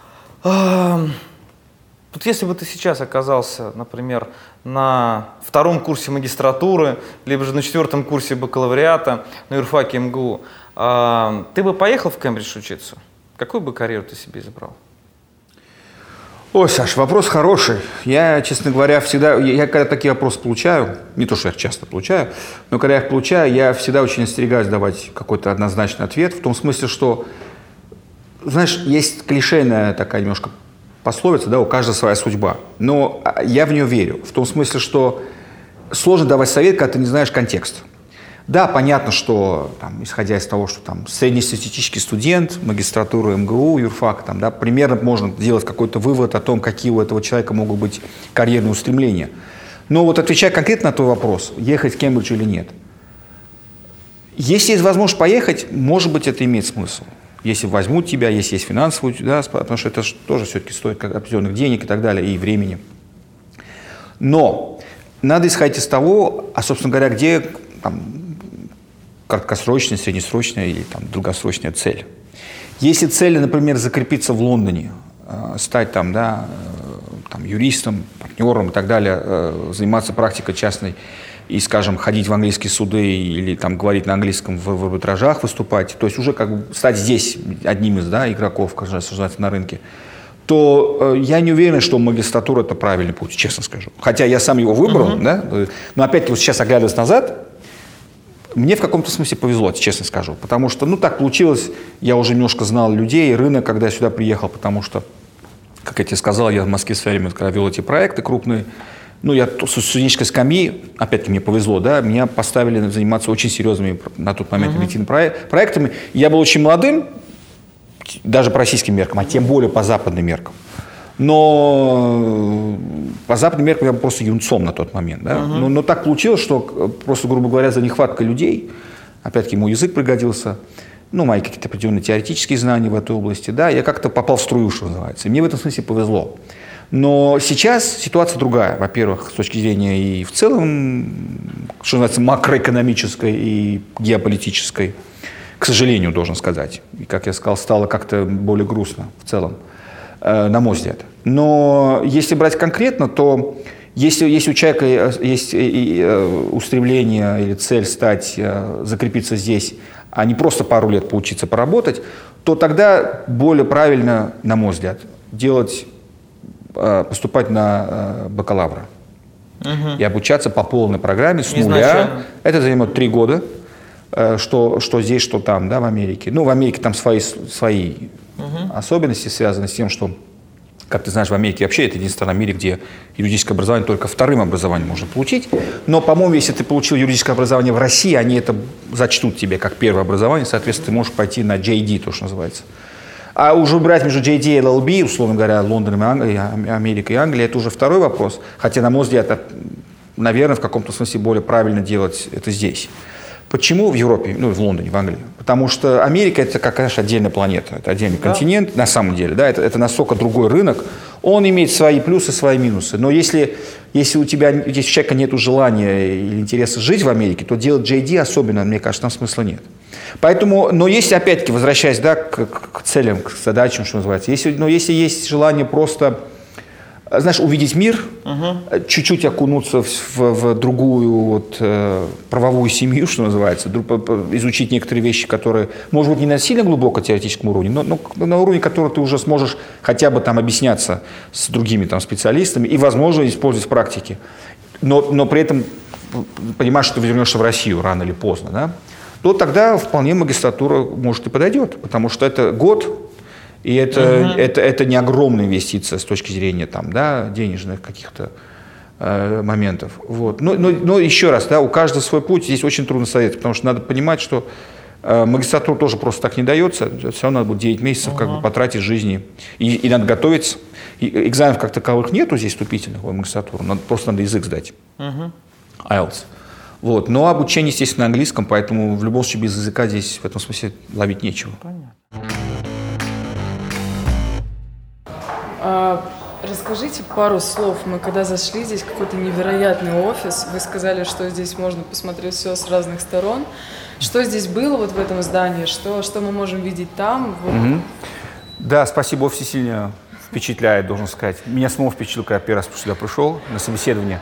Если бы ты сейчас оказался, например, на 2-м курсе магистратуры, либо же на 4-м курсе бакалавриата на юрфаке МГУ, ты бы поехал в Кембридж учиться? Какую бы карьеру ты себе избрал? Ой, Саш, вопрос хороший. Я, честно говоря, когда такие вопросы получаю, не то, что я их часто получаю, но когда я их получаю, я всегда очень остерегаюсь давать какой-то однозначный ответ, в том смысле, что, знаешь, есть клишейная такая немножко пословица, да, у каждого своя судьба, но я в нее верю, в том смысле, что сложно давать совет, когда ты не знаешь контекст. Да, понятно, что, исходя из того, что среднестатистический студент, магистратура МГУ, юрфак, примерно можно сделать какой-то вывод о том, какие у этого человека могут быть карьерные устремления. Но вот отвечая конкретно на твой вопрос, ехать в Кембридж или нет. Если есть возможность поехать, может быть, это имеет смысл. Если возьмут тебя, если есть финансовый, да, потому что это тоже все-таки стоит определенных денег и так далее, и времени. Но надо исходить из того, собственно говоря, где краткосрочная, среднесрочная или долгосрочная цель. Если цель, например, закрепиться в Лондоне, стать юристом, партнером и так далее, заниматься практикой частной и, скажем, ходить в английские суды или говорить на английском в арбитражах, выступать, то есть уже стать здесь одним из игроков, как называется, на рынке, то я не уверен, что магистратура – это правильный путь, честно скажу. Хотя я сам его выбрал, да, но опять-таки сейчас, оглядываясь назад, мне в каком-то смысле повезло, честно скажу, потому что, так получилось, я уже немножко знал людей, рынок, когда я сюда приехал, потому что, как я тебе сказал, я в Москве в свое время, когда вел эти проекты крупные, ну, я со студенческой скамьи, опять-таки мне повезло, да, меня поставили заниматься очень серьезными на тот момент проектами. Я был очень молодым, даже по российским меркам, а тем более по западным меркам. Но по западным меркам я был просто юнцом на тот момент. Да? Но так получилось, что просто, грубо говоря, за нехваткой людей, опять-таки мой язык пригодился, ну, мои какие-то определенные теоретические знания в этой области, да, я как-то попал в струю, что называется. И мне в этом смысле повезло. Но сейчас ситуация другая. Во-первых, с точки зрения и в целом, что называется, макроэкономической и геополитической, к сожалению, должен сказать. И, как я сказал, стало как-то более грустно в целом, на мой взгляд. Но если брать конкретно, то если у человека есть устремление или цель закрепиться здесь, а не просто пару лет поучиться поработать, то тогда более правильно, на мой взгляд, поступать на бакалавра и обучаться по полной программе с нуля. Это займет 3 года, что здесь, что там, да, в Америке. Ну, в Америке там свои особенности, связанные с тем, что, как ты знаешь, в Америке вообще это единственная страна в мире, где юридическое образование только вторым образованием можно получить. Но, по-моему, если ты получил юридическое образование в России, они это зачтут тебе как первое образование, соответственно, ты можешь пойти на JD, то, что называется. А уже брать между JD и LLB, условно говоря, Лондоном, Америкой и Англией, это уже второй вопрос. Хотя, на мой взгляд, наверное, в каком-то смысле более правильно делать это здесь. Почему в Европе, ну, в Лондоне, в Англии? Потому что Америка – это, конечно, отдельная планета, это отдельный континент, на самом деле, да, это настолько другой рынок. Он имеет свои плюсы, свои минусы. Но если у человека нет желания или интереса жить в Америке, то делать JD особенно, мне кажется, там смысла нет. Поэтому, но если, опять-таки, возвращаясь, да, к целям, к задачам, что называется, если есть желание просто, знаешь, увидеть мир, чуть-чуть окунуться в другую правовую семью, что называется, изучить некоторые вещи, которые, может быть, не на сильно глубоко теоретическом уровне, но на уровне, который ты уже сможешь хотя бы там объясняться с другими там специалистами и, возможно, использовать в практике. Но при этом понимаешь, что ты вернешься в Россию рано или поздно, да? То тогда вполне магистратура, может, и подойдет, потому что это год, и это не огромная инвестиция с точки зрения там, да, денежных каких-то моментов. Вот. Но еще раз, да, у каждого свой путь, здесь очень трудно советовать, потому что надо понимать, что магистратура тоже просто так не дается, все равно надо будет 9 месяцев как бы потратить жизни, и надо готовиться. И экзаменов как таковых нету здесь вступительных в магистратуру, просто надо язык сдать, IELTS. Вот. Но обучение, естественно, на английском, поэтому в любом случае без языка здесь в этом смысле ловить нечего. Понятно. Расскажите пару слов. Мы когда зашли, здесь какой-то невероятный офис. Вы сказали, что здесь можно посмотреть все с разных сторон. Что здесь было вот в этом здании? Что мы можем видеть там? Да, спасибо, офис сильно впечатляет, должен сказать. Меня самого впечатлил, когда первый раз сюда пришел на собеседование.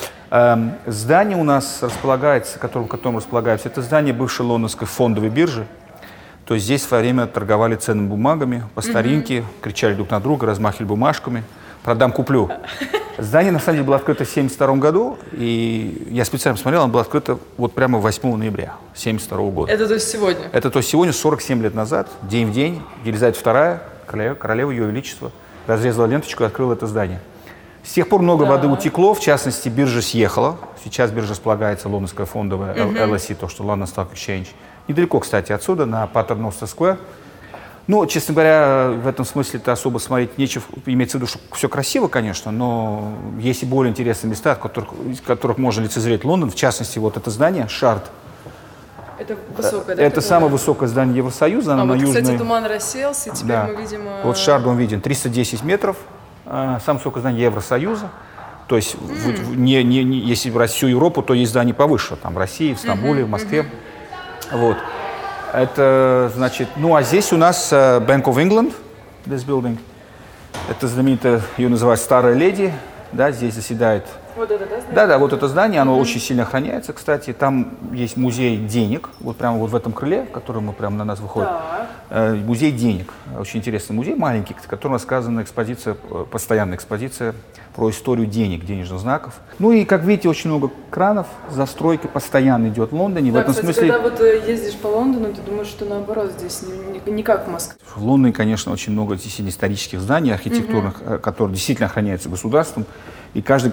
Здание у нас располагается, которым располагается, это здание бывшей лондонской фондовой биржи. То есть здесь в свое время торговали ценными бумагами по старинке, кричали друг на друга, размахивали бумажками. Продам, куплю. Здание, на самом деле, было открыто в 1972 году, и я специально посмотрел, оно было открыто вот прямо 8 ноября 1972 года. Это то есть сегодня? Это то есть сегодня, 47 лет назад, день в день, Елизавета II, королева Ее Величества, разрезала ленточку и открыла это здание. С тех пор много воды утекло, в частности, биржа съехала. Сейчас биржа располагается лондонская фондовая LSE, то, что London Stock Exchange. Недалеко, кстати, отсюда, на Патерностер Сквер. Ну, честно говоря, в этом смысле-то особо смотреть нечего. Имеется в виду, что все красиво, конечно, но есть и более интересные места, из которых можно лицезреть Лондон. В частности, вот это здание, Шард. Это высокое, да? Это самое высокое здание Евросоюза. Вот, кстати, туман рассеялся, и теперь мы видим... Вот Шард, он виден, 310 метров. Самое высокое здание Евросоюза. То есть, если брать всю Европу, то есть здания повыше. Там в России, в Стамбуле, в Москве. Вот. Это, значит, ну а здесь у нас Bank of England, this building. Это знаменитая, ее называют Старая Леди, да, здесь заседает. Вот это, да, здание? Да, вот это здание, оно очень сильно охраняется, кстати. Там есть музей денег, вот прямо вот в этом крыле, который мы прямо на нас выходит. Музей денег, очень интересный музей, маленький, в котором рассказана экспозиция, постоянная экспозиция про историю денег, денежных знаков. Ну и, как видите, очень много кранов, застройка постоянно идет в Лондоне. Да, в этом кстати, смысле... когда вот ездишь по Лондону, ты думаешь, что наоборот здесь не как в Москве. В Лондоне, конечно, очень много действительно исторических зданий, архитектурных, которые действительно охраняются государством. И каждый камешек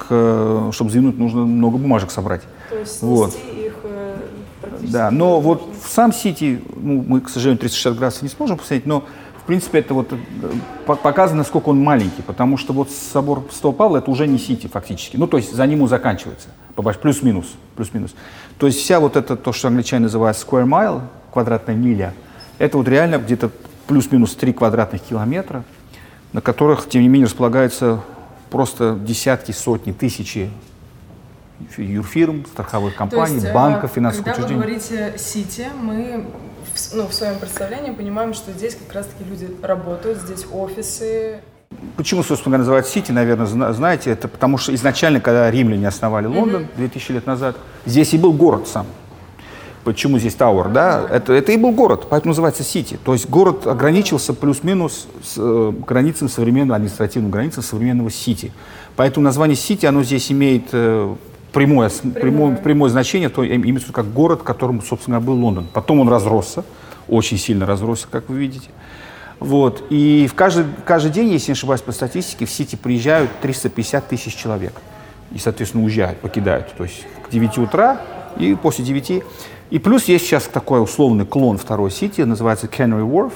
чтобы сдвинуть, нужно много бумажек собрать. То есть вот. снести их практически... Да, но вот в сам Сити, ну, мы, к сожалению, 360 градусов не сможем посмотреть, но в принципе это вот показано, насколько он маленький, потому что вот собор Святого Павла это уже не Сити фактически, ну то есть за ним он заканчивается, плюс-минус. То есть вся вот это, то, что англичане называют square mile, квадратная миля, это вот реально где-то плюс-минус 3 квадратных километра, на которых, тем не менее, располагаются просто десятки, сотни, тысячи юрфирм, страховых компаний, банков, финансовых учреждений. Когда вы говорите «Сити», мы в своем представлении понимаем, что здесь как раз-таки люди работают, здесь офисы. Почему, собственно говоря, называют Сити, наверное, знаете, это потому что изначально, когда римляне основали Лондон 2000 лет назад, здесь и был город сам. Почему здесь Тауэр, да? Это и был город, поэтому называется Сити. То есть город ограничился плюс-минус с границами современного, административным границам современного Сити. Поэтому название Сити, оно здесь имеет прямое значение, то имеется как город, которым, собственно, был Лондон. Потом он разросся, очень сильно разросся, как вы видите. Вот. И каждый день, если не ошибаюсь по статистике, в Сити приезжают 350 тысяч человек. И, соответственно, уезжают, покидают. То есть к 9 утра и после 9. И плюс есть сейчас такой условный клон второй Сити, называется Canary Wharf.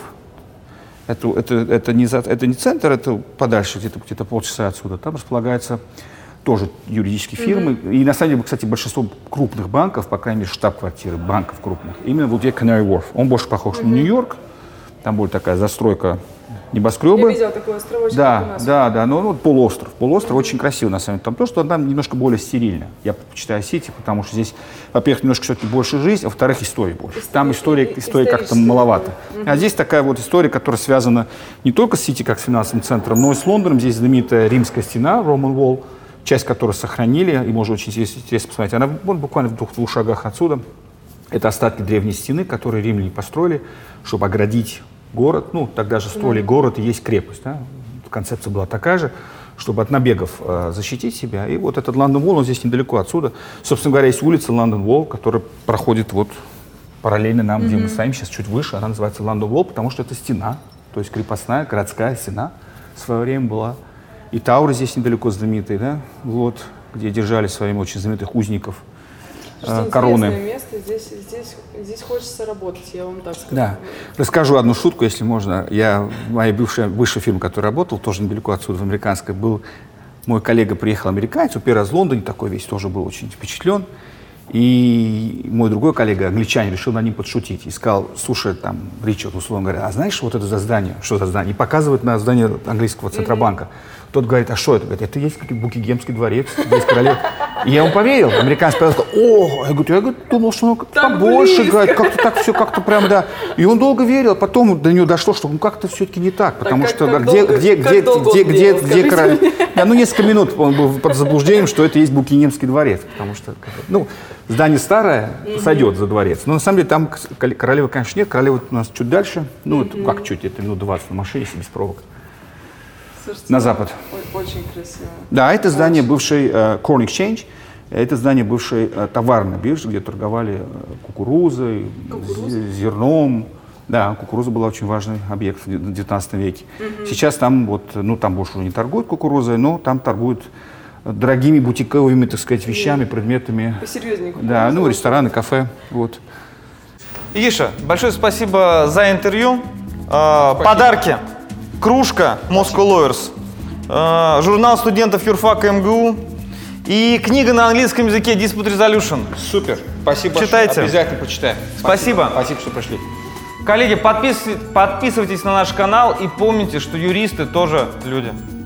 Это не центр, это подальше, где-то полчаса отсюда. Там располагается тоже юридические фирмы. И на самом деле, кстати, большинство крупных банков, по крайней мере, штаб-квартиры банков крупных, именно вот где Canary Wharf. Он больше похож на Нью-Йорк. Там будет такая застройка, небоскребы. Я видела такой островочек, да, как у нас. Да, но вот полуостров. Полуостров очень красивый, на самом деле. Там то, что там немножко более стерильно. Я предпочитаю Сити, потому что здесь, во-первых, немножко все-таки больше жизнь, а во-вторых, истории больше. Там история как-то маловато. А здесь такая вот история, которая связана не только с Сити, как с финансовым центром, но и с Лондоном. Здесь знаменитая римская стена, Roman Wall, часть которой сохранили, и можно очень интересно посмотреть. Она буквально в двух шагах отсюда. Это остатки древней стены, которые римляне построили, чтобы оградить город. Ну, тогда же строили город и есть крепость. Да? Концепция была такая же, чтобы от набегов защитить себя. И вот этот Лондон Уолл, он здесь недалеко отсюда. Собственно говоря, есть улица Лондон Уолл, которая проходит вот параллельно нам, где мы стоим, сейчас чуть выше. Она называется Лондон Уолл, потому что это стена, то есть крепостная, городская стена в свое время была. И Тауэр здесь недалеко знаменитый, да? Вот, где держали своими очень знаменитых узников. Короны. Интересное место, здесь хочется работать, я вам так скажу. Да. Расскажу одну шутку, если можно. Моя бывшая фирма, которая работала, тоже недалеко отсюда, в американской, мой коллега приехал американец, первый раз в Лондоне, такой весь тоже был очень впечатлен. И мой другой коллега, англичанин, решил на ним подшутить. И сказал: слушай, там, Ричард, условно говоря, а знаешь, вот это за здание, что за здание? И показывает на здание английского Центробанка. Тот говорит: а что это? Говорит: это есть Букингемский дворец, здесь королева. И я ему поверил. Американец сказал: о, я думал, что он побольше, говорит, как-то так все, как-то прям, да. И он долго верил, потом до него дошло, что как-то все-таки не так, потому что где король? Да, несколько минут он был под заблуждением, что это есть Букингемский дворец, потому что, здание старое, сойдет за дворец. Но на самом деле там королевы, конечно, нет, королева у нас чуть дальше, как чуть, это минут 20 на машине, без пробок. Слушайте, на запад. Очень красиво. Да, это здание бывшей Corn Exchange, это здание бывшей товарной биржи, где торговали кукурузой, зерном. Да, кукуруза была очень важный объект в 19 веке. Сейчас там там больше уже не торгуют кукурузой, но там торгуют дорогими бутиковыми, так сказать, вещами, предметами. Посерьезнее. Да, рестораны, кафе, вот. Иша, большое спасибо за интервью. Подарки. Кружка Moscow Lawyers, журнал студентов юрфака МГУ и книга на английском языке Dispute Resolution. Супер, спасибо Читайте. большое, обязательно почитаем. Спасибо. Спасибо, что пришли. Коллеги, подписывайтесь на наш канал и помните, что юристы тоже люди.